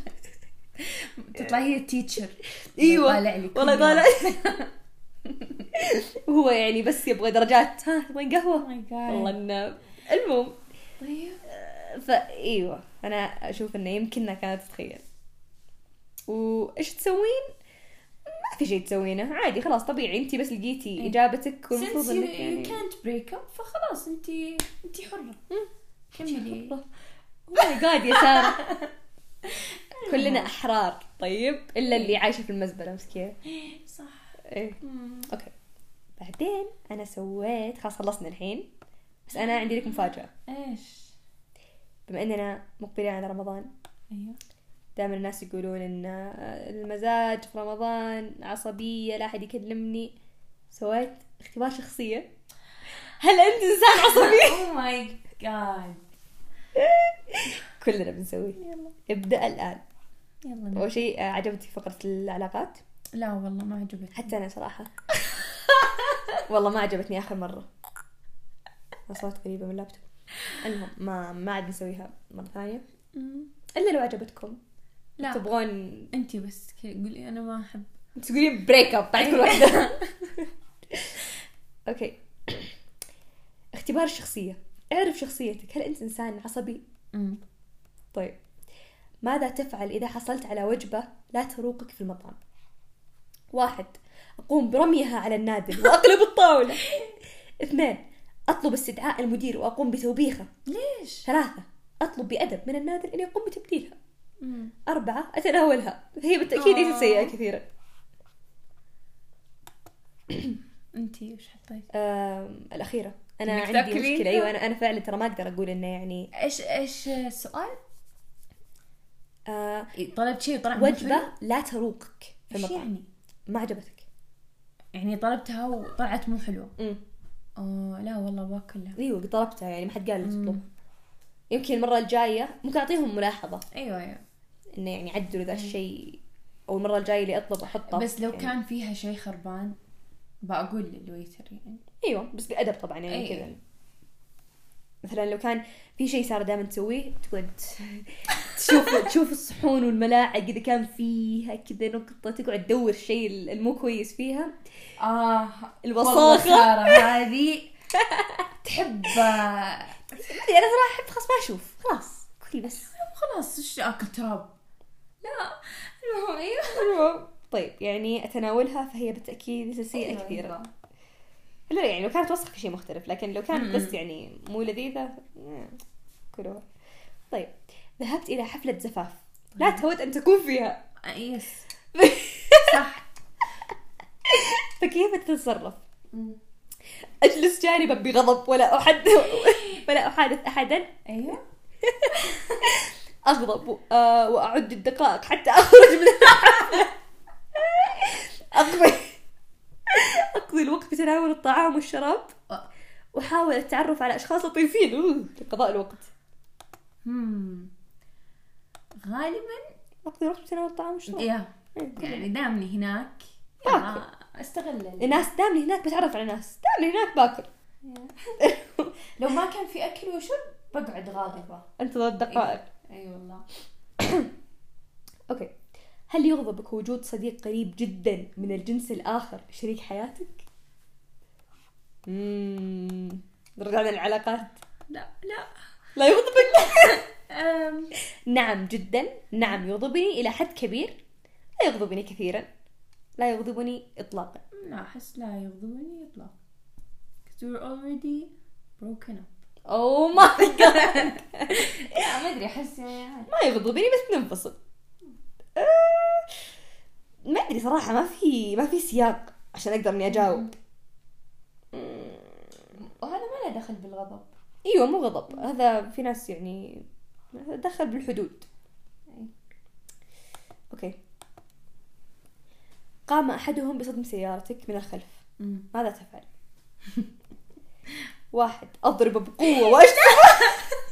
تطلع هي تيتشر. أيوة والله يطالع وهو يعني بس يبغى درجات. ها تبغين قهوة والله إنه المهم. طيب فأيوة أنا أشوف إنه يمكنها كانت تتخيل. وإيش تسوين؟ ما في شيء تسوينه عادي خلاص طبيعي أنتي بس لقيتي إجابتك والمفروض إنك يعني you can't break up فخلاص أنتي أنتي حرة. كملي. oh my god يا سارة كلنا أحرار. طيب إلا اللي عايشة في المزبلة مسكين. صح. إيه. أوكي بعدين أنا سويت خلاص خلصنا الحين بس أنا عندي لك مفاجأة. إيش؟ بما أننا مقبلين على رمضان. أيوة. دائما الناس يقولون إن المزاج في رمضان عصبية لا أحد يكلمني. سويت اختبار شخصية. هل أنت إنسان عصبي؟ Oh my god. كلنا بنسويه. يلا. ابدأ الآن. يلا. أول شيء عجبتك فقرة العلاقات؟ لا والله ما عجبتني. حتى أنا صراحة. والله ما عجبتني آخر مرة. أصوات غريبة من اللابتوب. المهم ما ما عاد نسويها مرة ثانية. إلا لو عجبتكم. لا. تبغون أنتي بس قولي أنا ما أحب. تقولين بريك أب بعد كل واحدة. أوكي. اختبار الشخصية. اعرف شخصيتك. هل أنت إنسان عصبي؟ أمم. طيب ماذا تفعل إذا حصلت على وجبة لا تروقك في المطعم؟ واحد أقوم برميها على النادل وأقلب الطاولة. اثنين أطلب استدعاء المدير وأقوم بتوبيخه. ليش؟ ثلاثة أطلب بأدب من النادل أن يقوم بتبديلها. مم. أربعة أتناولها. هي بالتأكيد ليست سيئة كثيرا. انتي وش حطيت؟ آه الأخيرة. أنا عندي متذكرين؟ مشكلة. أيوة أنا أنا فعلا ترى ما أقدر أقول إنه يعني ايش ايش السؤال؟ آه طلبت شيء وطلع مو حلو؟ وجبة لا تروقك في ايش المطعم يعني؟ ما عجبتك. يعني طلبتها وطلعت مو حلوة. امم اه لا والله باكلها. ايوه طلبتها يعني ما حد قال لي تطلبها. يمكن المرة الجاية ممكن أعطيهم ملاحظة ايوه ايوه إنه يعني عدلوا ذا الشيء، أو المرة الجاية اللي أطلب أحطه. بس لو يعني كان فيها شيء خربان بقول للويتر يعني. ايوه بس بأدب طبعا يعني أي. كذا. مثلا لو كان في شيء سارة دائما تسويه تقعد تشوف تشوف الصحون والملاعق إذا كان فيها كذا نقطة، تقعد تدور الشيء المو كويس فيها. اه الوساخة سارة هذه تحب. يعني أنا صراحة أحب خلاص ما أشوف خلاص كلي بس خلاص ايش اكل تراب. لا المهم ايوه. طيب يعني أتناولها فهي بالتأكيد أساسية أيوة كثيرة. أيوة. لا يعني لو كانت وسخ في شيء مختلف، لكن لو كانت مم. بس يعني مو لذيذة كلها. طيب ذهبت إلى حفلة زفاف لا تود أن تكون فيها. آه، يس صح. فكيف تتصرف؟ أجلس جانبا بغضب ولا أحد ولا أحادث أحدا؟ ايوه أغضب و- آه، وأعد الدقائق حتى أخرج من الحفلة. أقضي أقضي الوقت بتناول الطعام والشراب وأحاول التعرف على أشخاص لطيفين أوه، لقضاء الوقت. هم غالبا أقضي الوقت بتناول الطعام والشراب. يا يعني دامني هناك باكل. يلا استغل ال- الناس دامني هناك بتعرف على ناس، دامني هناك باكل. لو ما كان في اكل وشرب بقعد غاضبة. انتظر الدقائق. اي والله. أوكي، هل يغضبك وجود صديق قريب جدا من الجنس الآخر شريك حياتك؟ مم. رجعنا العلاقات. لا لا لا يغضبك؟ أم. نعم جدا، نعم يغضبني إلى حد كبير، لا يغضبني كثيرا، لا يغضبني إطلاقا. لا أحس لا يغضبني إطلاقا. Cause we're already broken up. أوه ما لا ما أدري أحس يعني ما يغضبني بس ننفصل. أه ما أدري صراحة، ما في ما في سياق عشان أقدر إني أجاوب. وهذا ما له دخل بالغضب. ايوه مو غضب، هذا في ناس يعني دخل بالحدود. اوكي، قام احدهم بصدم سيارتك من الخلف، مم. ماذا تفعل؟ واحد، اضرب بقوه واشتمه.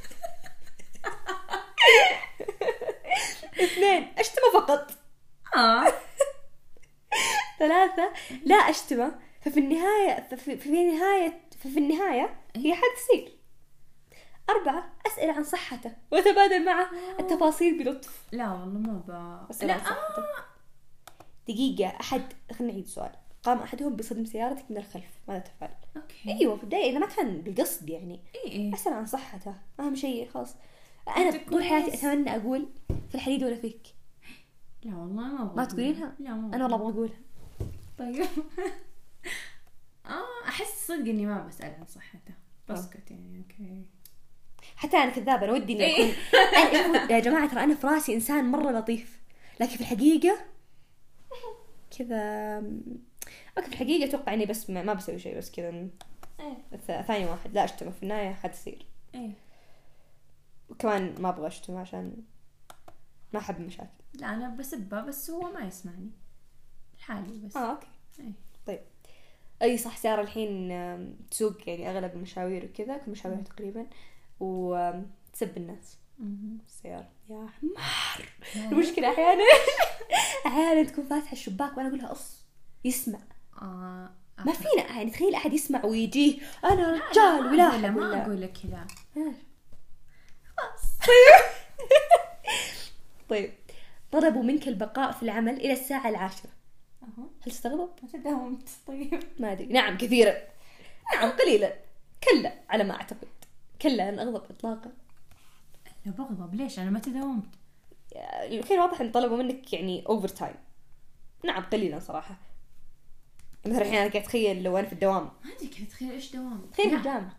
اثنين، اشتمه فقط. آه. ثلاثة، لا اشتمه، ففي النهاية ففي, في نهاية ففي النهاية هي حادث سير. أربعة، أسأل عن صحته وأتبادل معه التفاصيل بلطف. لا والله ما با. أسأل عن صحته. دقيقة، أحد خلنا نعيد السؤال. قام أحدهم بصدم سيارتك من الخلف، ماذا تفعل؟ أوكي. أيوة في البداية إذا ما كان بالقصد يعني. إيه إيه. أسأل عن صحته أهم شيء خلاص. أنا طول حياتي أتمنى أقول في الحديد ولا فيك. لا والله ما أبغى. ما تقولينها؟ لا ما أنا والله أبغى أقولها. طيب. آه أحس صدق إني ما بسأل عن صحته، بسكت يعني. أوكي. حتى أنا كذابة، أنا ودي إني أكون. أنا يا جماعة ترى أنا في راسي إنسان مرة لطيف، لكن في الحقيقة كذا. أوكي في الحقيقة أتوقع إني بس ما, ما بسوي شيء، بس كذا. إيه. ثاني واحد لا أشتمه، في النهاية حتصير. إيه. وكمان ما أبغى أشتمه عشان ما أحب المشاكل. لا أنا بسبه بس هو ما يسمعني الحالي بس. آه أوكي. إيه. طيب أي صح، سارة الحين تسوق يعني أغلب المشاوير وكذا، كل مشاوير تقريبا، وتسب الناس السيارة. يا حمار. المشكلة أحيانا أحيانا تكون فاتحة الشباك وأنا أقولها أص يسمع. آه. ما فينا يعني تخيل أحد يسمع ويجيه أنا رجال ولا لا ما أقول لك كذا. خلاص. طيب طلبوا منك البقاء في العمل إلى الساعة العاشرة، هل تستغرب؟ ما تداومت. طيب ما أدري. نعم كثيرا، نعم قليلا، كلا على ما أعتقد، كلا أن أغضب إطلاقا. لا بغضب ليش؟ أنا ما تداومت. الخير واضح أن طلبوا منك يعني أوفر تايم. نعم قليلا صراحة. مثلا الحين أنا قاعد أتخيل لو أنا في الدوام. ما أدري كيف تخيل إيش دوام. تخيل في الجامعة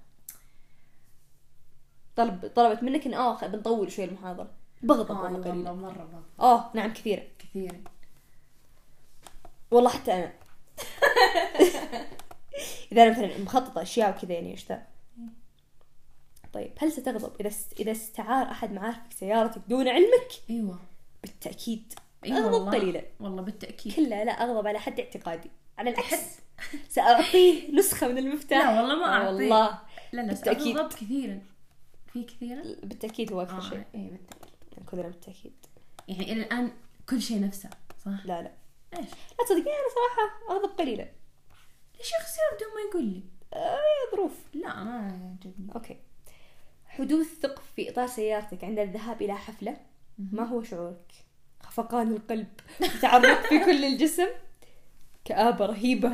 طلب طلبت منك إن آه بنطول شوي المحاضرة، بغضب آه والله قليلا. مرة بغضب. آه نعم كثيرا كثيرا والله، حتى أنا. إذا أنا مثلا مخططة أشياء وكذا يعني أشتاء. طيب هل ستغضب إذا إذا استعار أحد معارفك سيارتك دون علمك؟ أيوة بالتأكيد. أيوة أغضب والله. قليلا. والله بالتأكيد. كلا لا أغضب على حد اعتقادي، على العكس سأعطيه نسخة من المفتاح. لا والله ما أعطيه. والله لا لا بالتأكيد. أغضب كثيرا. في كثيرا. بالتأكيد هو أكثر آه. شيء. إيه بالتأكيد. كلنا بالتأكيد. يعني إلى الآن كل شيء نفسه صح؟ لا لا إيش؟ لا تصدقين أنا صراحة أغضب قليلا. ليش يخسر بدون ما يقول لي؟ آه ظروف. لا ما يعجبني. أوكي. حدوث ثقب في إطار سيارتك عند الذهاب إلى حفلة، ما هو شعورك؟ خفقان القلب، تعرق في كل الجسم، كآبة رهيبة،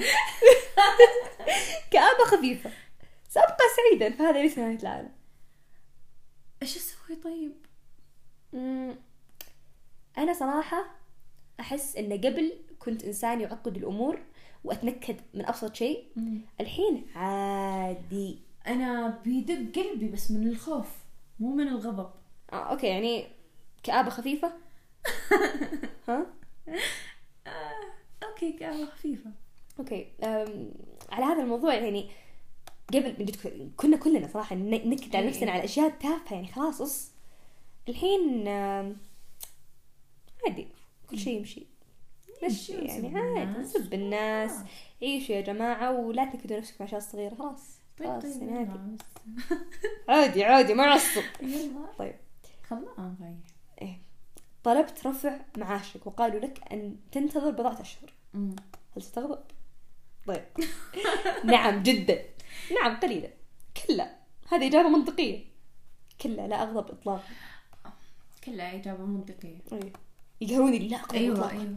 كآبة خفيفة، سأبقى سعيدا فهذا ليس نهاية العالم. إيش أسوي طيب؟ مم. أنا صراحة أحس إن قبل كنت إنسان يعقد الأمور وأتنكد من أبسط شيء. مم. الحين عادي. أنا بيدق قلبي بس من الخوف مو من الغضب. آه، أوكي يعني كآبة خفيفة. ها؟ آه، أوكي كآبة خفيفة. أوكي. أم... على هذا الموضوع يعني قبل من جد كنا كلنا صراحة نكد على نفسنا على أشياء تافهة يعني خلاص أص. الحين أم... عادي كل شيء يمشي. مشي يعني عادي نسب الناس. آه. عيشوا يا جماعة ولا تنكدوا نفسكم عشان صغيرة خلاص. طيب طيب يعني عادي. عادي عادي ما عصب. طيب خلاص طيب. إيه. طلبت رفع معاشك وقالوا لك أن تنتظر بضعة أشهر. مم. هل ستغضب؟ طيب. نعم جدا. نعم قليلا. كلا هذه إجابة منطقية. كلا لا أغضب إطلاقا. كلا إجابة منطقية. أيه. يقهروني لا أغضب أيوة إطلاقا. أيوة.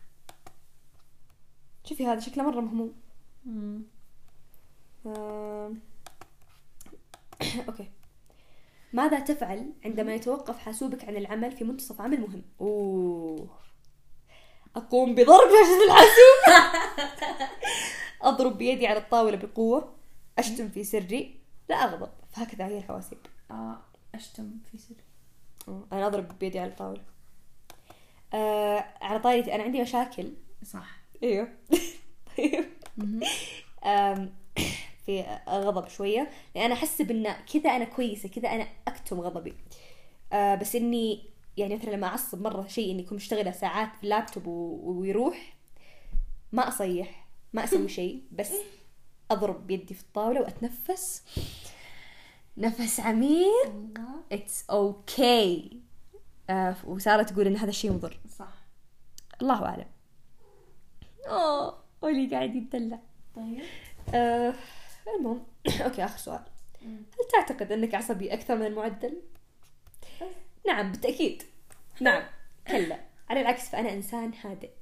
شوفي هذا شكله مرة مهموم. مم. آه... أوكي. ماذا تفعل عندما يتوقف حاسوبك عن العمل في منتصف عمل مهم؟ أوه. أقوم بضرب هشة الحاسوب. أضرب بيدي على الطاولة بقوة. أشتم في سري. لا أغضب فهكذا هي الحواسيب. آه أشتم في سري. أنا أضرب بيدي على الطاولة. آه على طاولتي أنا عندي مشاكل. صح. أيوه. طيب. في غضب شوية لأن أنا أحس بأن كذا أنا كويسة كذا أنا أكتم غضبي. آه بس إني يعني مثلا لما أعصب مرة شيء إني كنت مشتغلة ساعات في اللابتوب ويروح ما أصيح ما أسوي شيء بس أضرب بيدي في الطاولة وأتنفس نفس عميق. It's okay. آه وسارة تقول إن هذا الشيء مضر. صح. الله أعلم. أوه أولي قاعد يتدلع. طيب. آه المهم أوكي آخر سؤال. هل تعتقد أنك عصبي أكثر من المعدل؟ نعم بالتأكيد. نعم. كلا على العكس فأنا إنسان هادئ.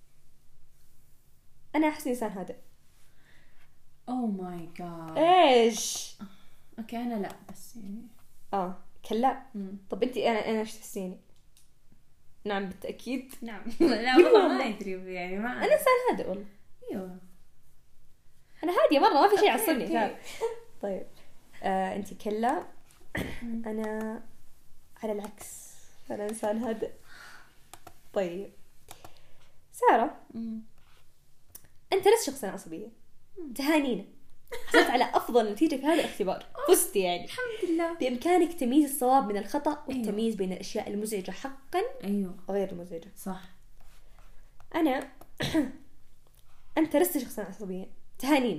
أنا أحس إنسان هادئ. Oh my god. إيش؟ أوكي أنا لا بس يعني. آه كلا. مم. طب أنتي أنا أنا إيش تحسيني؟ نعم بالتأكيد. نعم. لا والله ما أدري يعني ما. أنا إنسان هادئ والله. أيوه. أنا هادية مرة ما في شيء يعصبني. طيب آه أنتي كلا. أنا على العكس أنا إنسان هادئ. طيب سارة. مم. أنت لست شخصا عصبية. تهانينا حصلت على أفضل نتيجة في هذا الاختبار. فزت يعني الحمد لله. بإمكانك تمييز الصواب من الخطأ والتمييز بين الأشياء المزعجة حقا أيوه وغير المزعجة. صح. أنا أنت لست شخصا عصبية. تهانينا.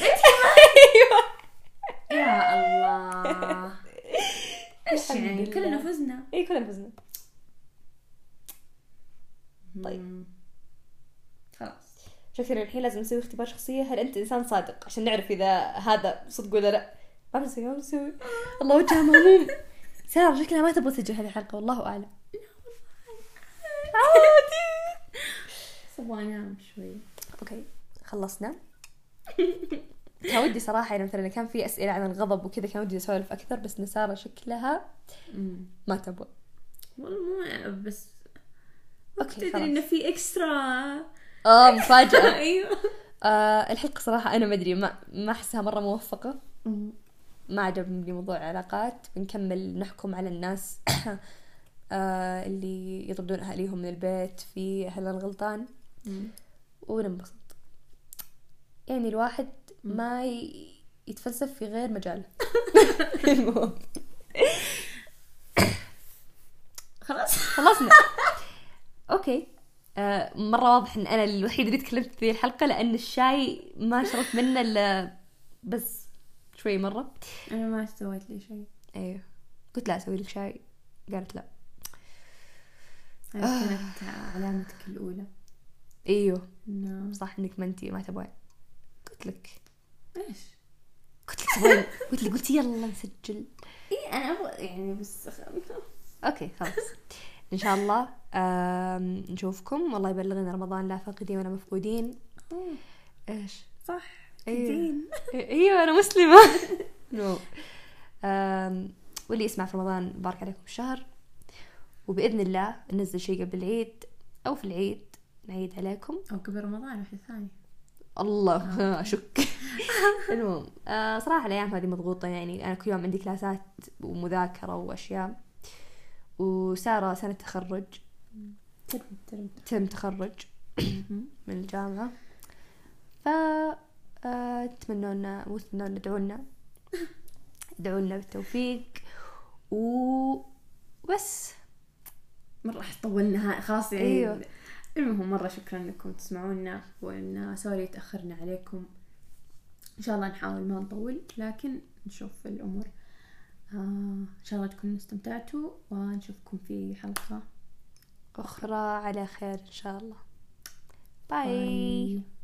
يا الله. إيش يعني كلنا فزنا. إيه كلنا فزنا. طيب خلاص شكرا. الحين لازم نسوي اختبار شخصية. هل أنت إنسان صادق عشان نعرف إذا هذا صدق ولا لا. ما بنسوي ما بنسوي. الله وجهها مهموم. سارة شكلها ما تبغى تسجل هذه الحلقة والله أعلم. عادي. صبوا أنام شوي. أوكي خلصنا. كان ودي صراحة يعني مثلا كان في أسئلة عن الغضب وكذا كان ودي أسولف أكثر بس نسارة شكلها ما تبغى. والله مو بس. أوكي تدري إنه في إكسترا. آه مفاجأة. أيوه. آه الحلقة صراحة أنا ما أدري ما ما أحسها مرة موفقة. ما عجبني موضوع علاقات. بنكمل نحكم على الناس آه اللي يطردون أهاليهم من البيت في هل الغلطان وننبسط. يعني الواحد ما ي... يتفلسف في غير مجاله. خلاص خلصنا. اوكي. آه مرة واضح ان انا الوحيدة اللي تكلمت في الحلقة لان الشاي ما شربت منه الا بس شوي مرة. انا ما سويت لي شيء. ايوه قلت لا اسوي لك شاي، قالت لا. هذه آه. كانت علامتك الاولى. ايوه نعم صح انك ما انتي ما تبغين. قلت لك ايش؟ قلت لك تبغين. قلت لي قلت يلا نسجل. اي انا ابغى يعني بس. اوكي خلاص. ان شاء الله نشوفكم. والله يبلغنا رمضان لا فاقدين ولا مفقودين. ايش صح ايوه ايوه انا مسلمه. نو واللي يسمع في رمضان بارك عليكم الشهر، وباذن الله ننزل شيء قبل العيد او في العيد نعيد عليكم، او قبل رمضان واحد ثاني الله اشك. المهم آه صراحه الايام هذه مضغوطه، يعني انا كل يوم عندي كلاسات ومذاكره واشياء، وساره سنه تخرج ترم تم تخرج من الجامعه، ف تتمنون مو تتمنون ادعونا ادعونا بالتوفيق وبس. مرة طولنا خلاص يعني. أيوه. المهم مرة شكرا انكم تسمعونا، وان سوري تأخرنا عليكم. ان شاء الله نحاول ما نطول، لكن نشوف الامور. آه ان شاء الله تكونوا استمتعتوا، ونشوفكم في حلقة اخرى على خير ان شاء الله. باي, باي.